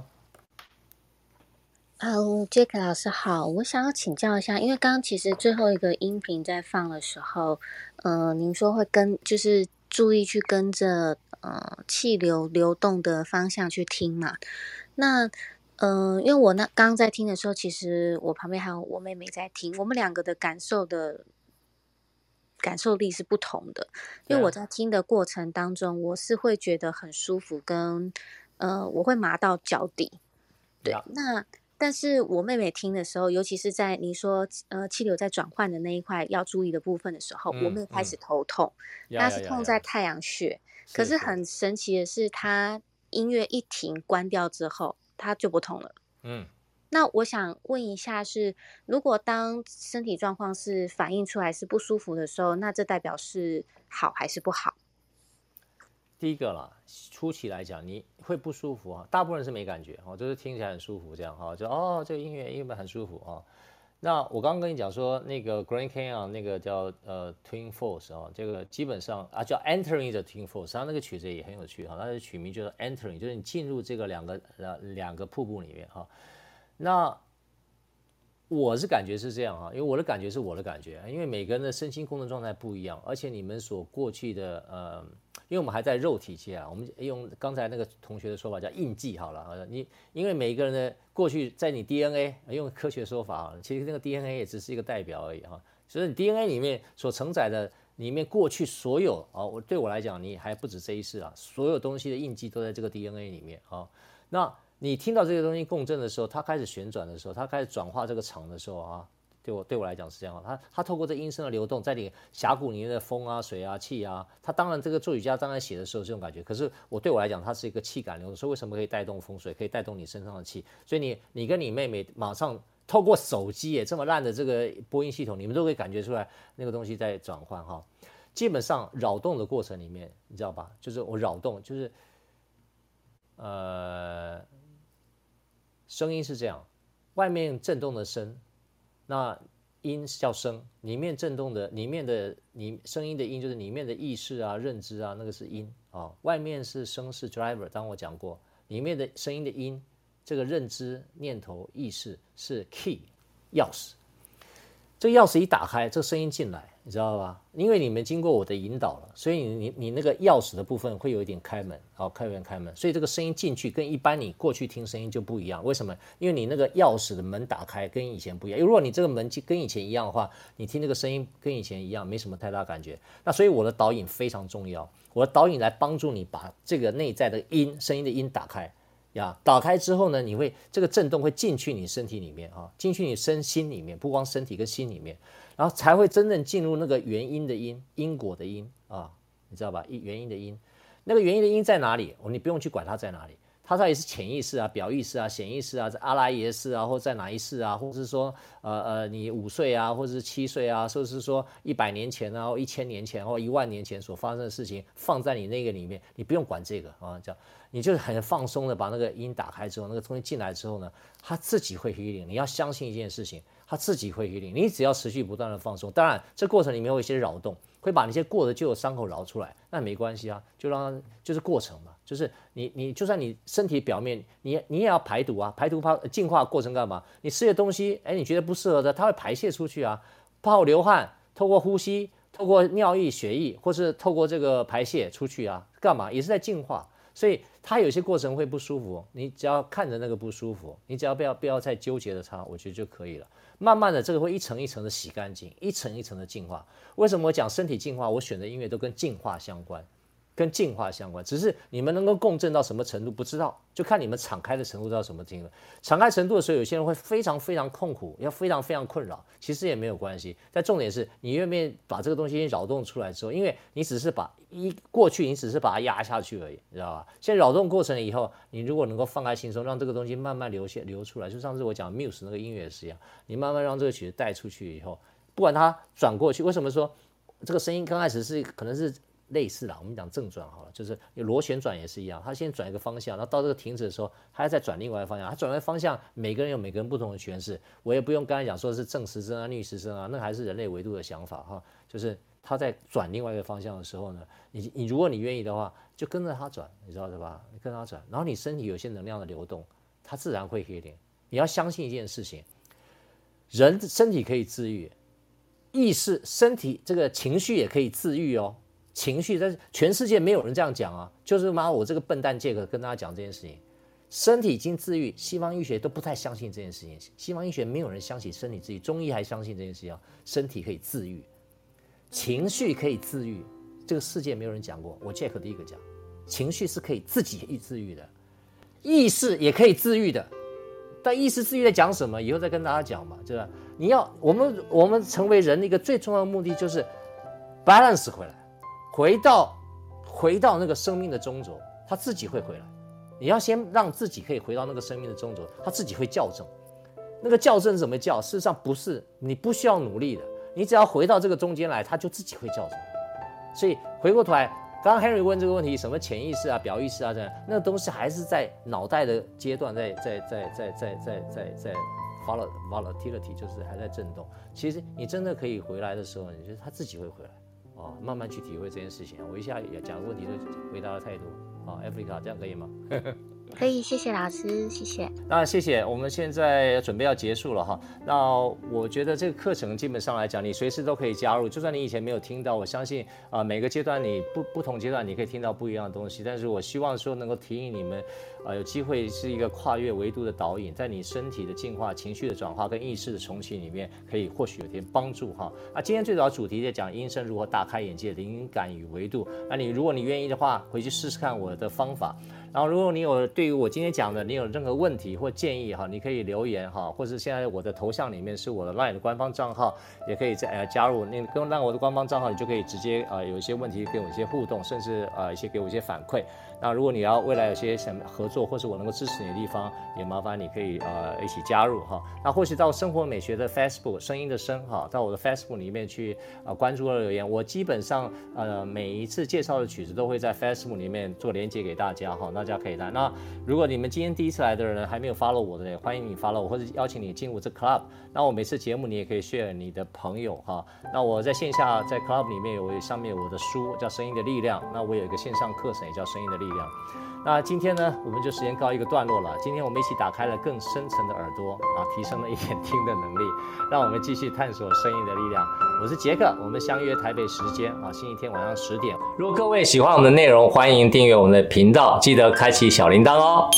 嗯 ，Jack 老师好，我想要请教一下，因为刚刚其实最后一个音频在放的时候，呃，您说会跟就是注意去跟着呃气流流动的方向去听嘛？那嗯、呃，因为我那刚刚在听的时候，其实我旁边还有我妹妹在听，我们两个的感受的。感受力是不同的，因为我在听的过程当中，我是会觉得很舒服，跟呃，我会麻到脚底。对， yeah. 那但是我妹妹听的时候，尤其是在你说呃气流在转换的那一块要注意的部分的时候，嗯、我妹开始头痛，那、嗯、是痛在太阳穴。Yeah, yeah, yeah, yeah. 可是很神奇的是，她音乐一停关掉之后，她就不痛了。嗯。那我想问一下是，如果当身体状况是反映出来是不舒服的时候，那这代表是好还是不好？ 第一个啦，初期来讲你会不舒服啊，大部分人是没感觉哦，就是听起来很舒服这样哈，就哦这个音乐音乐很舒服啊。那我刚刚跟你讲说那个 Grand Canyon 那个叫呃 Twin Falls 啊，这个基本上啊叫 Entering the Twin Falls， 它那个曲子也很有趣哈，它的曲名就是 Entering， 就是你进入这个两个呃两个瀑布里面哈。那我是感觉是这样哈，因为我的感觉是我的感觉，因为每个人的身心功能状态不一样，而且你们所过去的呃，因为我们还在肉体界啊，我们用刚才那个同学的说法叫印记好了，你因为每一个人的过去在你 D N A 用科学说法，其实那个 D N A 也只是一个代表而已哈，所以你 D N A 里面所承载的里面过去所有啊，我对我来讲你还不止这一世啊，所有东西的印记都在这个 D N A 里面啊，那。你听到这个东西共振的时候，它开始旋转的时候，它开始转化这个场的时候啊，对我对我来讲是这样。它它透过这音声的流动，在你峡谷里面的风啊、水啊、气啊，它当然这个作曲家当然写的时候这种感觉，可是我对我来讲，它是一个气感流动，所以为什么可以带动风水，可以带动你身上的气？所以你你跟你妹妹马上透过手机耶这么烂的这个播音系统，你们都可以感觉出来那个东西在转换哈。基本上扰动的过程里面，你知道吧？就是我扰动，就是呃。声音是这样，外面震动的声，那音叫声，里面震动的，里面的你声音的音就是里面的意识啊、认知啊，那个是音啊。外面是声是 driver， 当我讲过，里面的声音的音，这个认知、念头、意识是 key 钥匙。这个钥匙一打开，这个声音进来，你知道吧？因为你们经过我的引导了，所以你你你那个钥匙的部分会有一点开门，好，开门开门，所以这个声音进去跟一般你过去听声音就不一样。为什么？因为你那个钥匙的门打开跟以前不一样。如果你这个门跟以前一样的话，你听这个声音跟以前一样，没什么太大感觉。那所以我的导引非常重要，我的导引来帮助你把这个内在的音声音的音打开。呀，打开之后呢，你会这个震动会进去你身体里面啊，进去你身心里面，不光身体跟心里面。 然后才会真正进入那个原因的因，因果的因啊，你知道吧？原因的因，那个原因的因在哪里？哦，你不用去管它在哪里。它到底是潜意识啊、表意识啊、显意识啊、阿拉耶识啊，或在哪一世啊，或者是说，呃呃，你五岁啊，或者是七岁啊，或者是说一百年前啊，或一千年前或一万年前所发生的事情，放在你那个里面，你不用管这个啊，叫你就是很放松的把那个音打开之后，那个东西进来之后呢，它自己会 healing。你要相信一件事情，它自己会 healing。你只要持续不断的放松，当然这过程里面会有一些扰动，会把那些过的旧的伤口挠出来，那没关系啊，就让它就是过程嘛。就是你，你就算你身体表面，你你也要排毒啊，排毒排净化过程干嘛？你吃的东西，哎，你觉得不适合的，它会排泄出去啊，包括流汗，透过呼吸，透过尿液、血液，或是透过这个排泄出去啊，干嘛？也是在净化。所以它有些过程会不舒服，你只要看着那个不舒服，你只要不要不要再纠结的它，我觉得就可以了。慢慢的，这个会一层一层的洗干净，一层一层的净化。为什么我讲身体净化？我选的音乐都跟净化相关。跟净化相关，只是你们能够共振到什么程度不知道，就看你们敞开的程度到什么程度。敞开程度的时候，有些人会非常非常痛苦，要非常非常困扰，其实也没有关系。但重点是你愿不愿意把这个东西扰动出来之后，因为你只是把一过去，你只是把它压下去而已，你知道吧？现在扰动过程以后，你如果能够放开心松，让这个东西慢慢流线流出来，就上次我讲 Muse 那个音乐也是一样，你慢慢让这个曲子带出去以后，不管它转过去，为什么说这个声音刚开始是可能是类似啦，我们讲正转好了，就是螺旋转也是一样，它先转一个方向，然后到这个停止的时候，它要再转另外一个方向，它转的方向每个人有每个人不同的诠释，我也不用刚才讲说是正时针啊、逆时针啊，那还是人类维度的想法哈，就是它在转另外一个方向的时候呢，你你如果你愿意的话，就跟着它转，你知道对吧？你跟着它转，然后你身体有些能量的流动，它自然会 healing。你要相信一件事情，人身体可以治愈，意识、身体这个情绪也可以治愈哦。情绪，但是全世界没有人这样讲啊，就是妈我这个笨蛋杰克跟大家讲这件事情，身体已经治愈，西方医学都不太相信这件事情，西方医学没有人相信身体治愈，中医还相信这件事情，身体可以治愈，情绪可以治愈，这个世界没有人讲过，我杰克第一个讲，情绪是可以自己治愈的，意识也可以治愈的，但意识治愈在讲什么？以后再跟大家讲嘛，对吧？你要我们我们成为人的一个最重要的目的就是 balance 回来。回到回到那个生命的中轴，他自己会回来。你要先让自己可以回到那个生命的中轴，他自己会校正。那个校正怎么校？事实上不是你不需要努力的，你只要回到这个中间来，他就自己会校正。所以回过头来，刚刚 Henry 问这个问题，什么潜意识啊、表意识啊，这样那个东西还是在脑袋的阶段，在在在在在在在在 volatility， 就是还在震动。其实你真的可以回来的时候，你觉得他自己会回来。哦，慢慢去体会这件事情。我一下也讲问题都回答的太多。好 ，Africa 这样可以吗？ 可以，谢谢老师，谢谢。 那谢谢，我们现在准备要结束了哈。那我觉得这个课程基本上来讲，你随时都可以加入，就算你以前没有听到，我相信啊、呃，每个阶段你不不同阶段你可以听到不一样的东西。但是我希望说能够提醒你们，呃，有机会是一个跨越维度的导引，在你身体的净化、情绪的转化跟意识的重启里面，可以或许有点帮助哈。那今天最主要主题在讲音声如何大开眼界，灵感与维度。那你如果你愿意的话，回去试试看我的方法。然后，如果你有对于我今天讲的，你有任何问题或建议哈，你可以留言哈，或是现在我的头像里面是我的 LINE 的官方账号，也可以在呃加入那跟让我的官方账号，你就可以直接呃有一些问题给我一些互动，甚至呃一些给我一些反馈。那如果你要未来有些想合作，或是我能够支持你的地方，也麻烦你可以呃一起加入哈。那或许到生活美学的 Facebook 声音的声哈，到我的 Facebook 里面去呃关注和留言。我基本上呃每一次介绍的曲子都会在 Facebook 里面做连接给大家哈，大家可以来。那如果你们今天第一次来的人还没有 follow 我的人，欢迎你 follow 我，或者邀请你进入这 club。那我每次节目你也可以 share 你的朋友哈。那我在线下在 club 里面有上面有我的书叫《声音的力量》，那我有一个线上课程也叫《声音的力量》。那今天呢，我们就时间告一个段落了。今天我们一起打开了更深层的耳朵啊，提升了一点听的能力，让我们继续探索声音的力量。我是杰克，我们相约台北时间啊，星期天晚上十点。如果各位喜欢我们的内容，欢迎订阅我们的频道，记得开启小铃铛哦。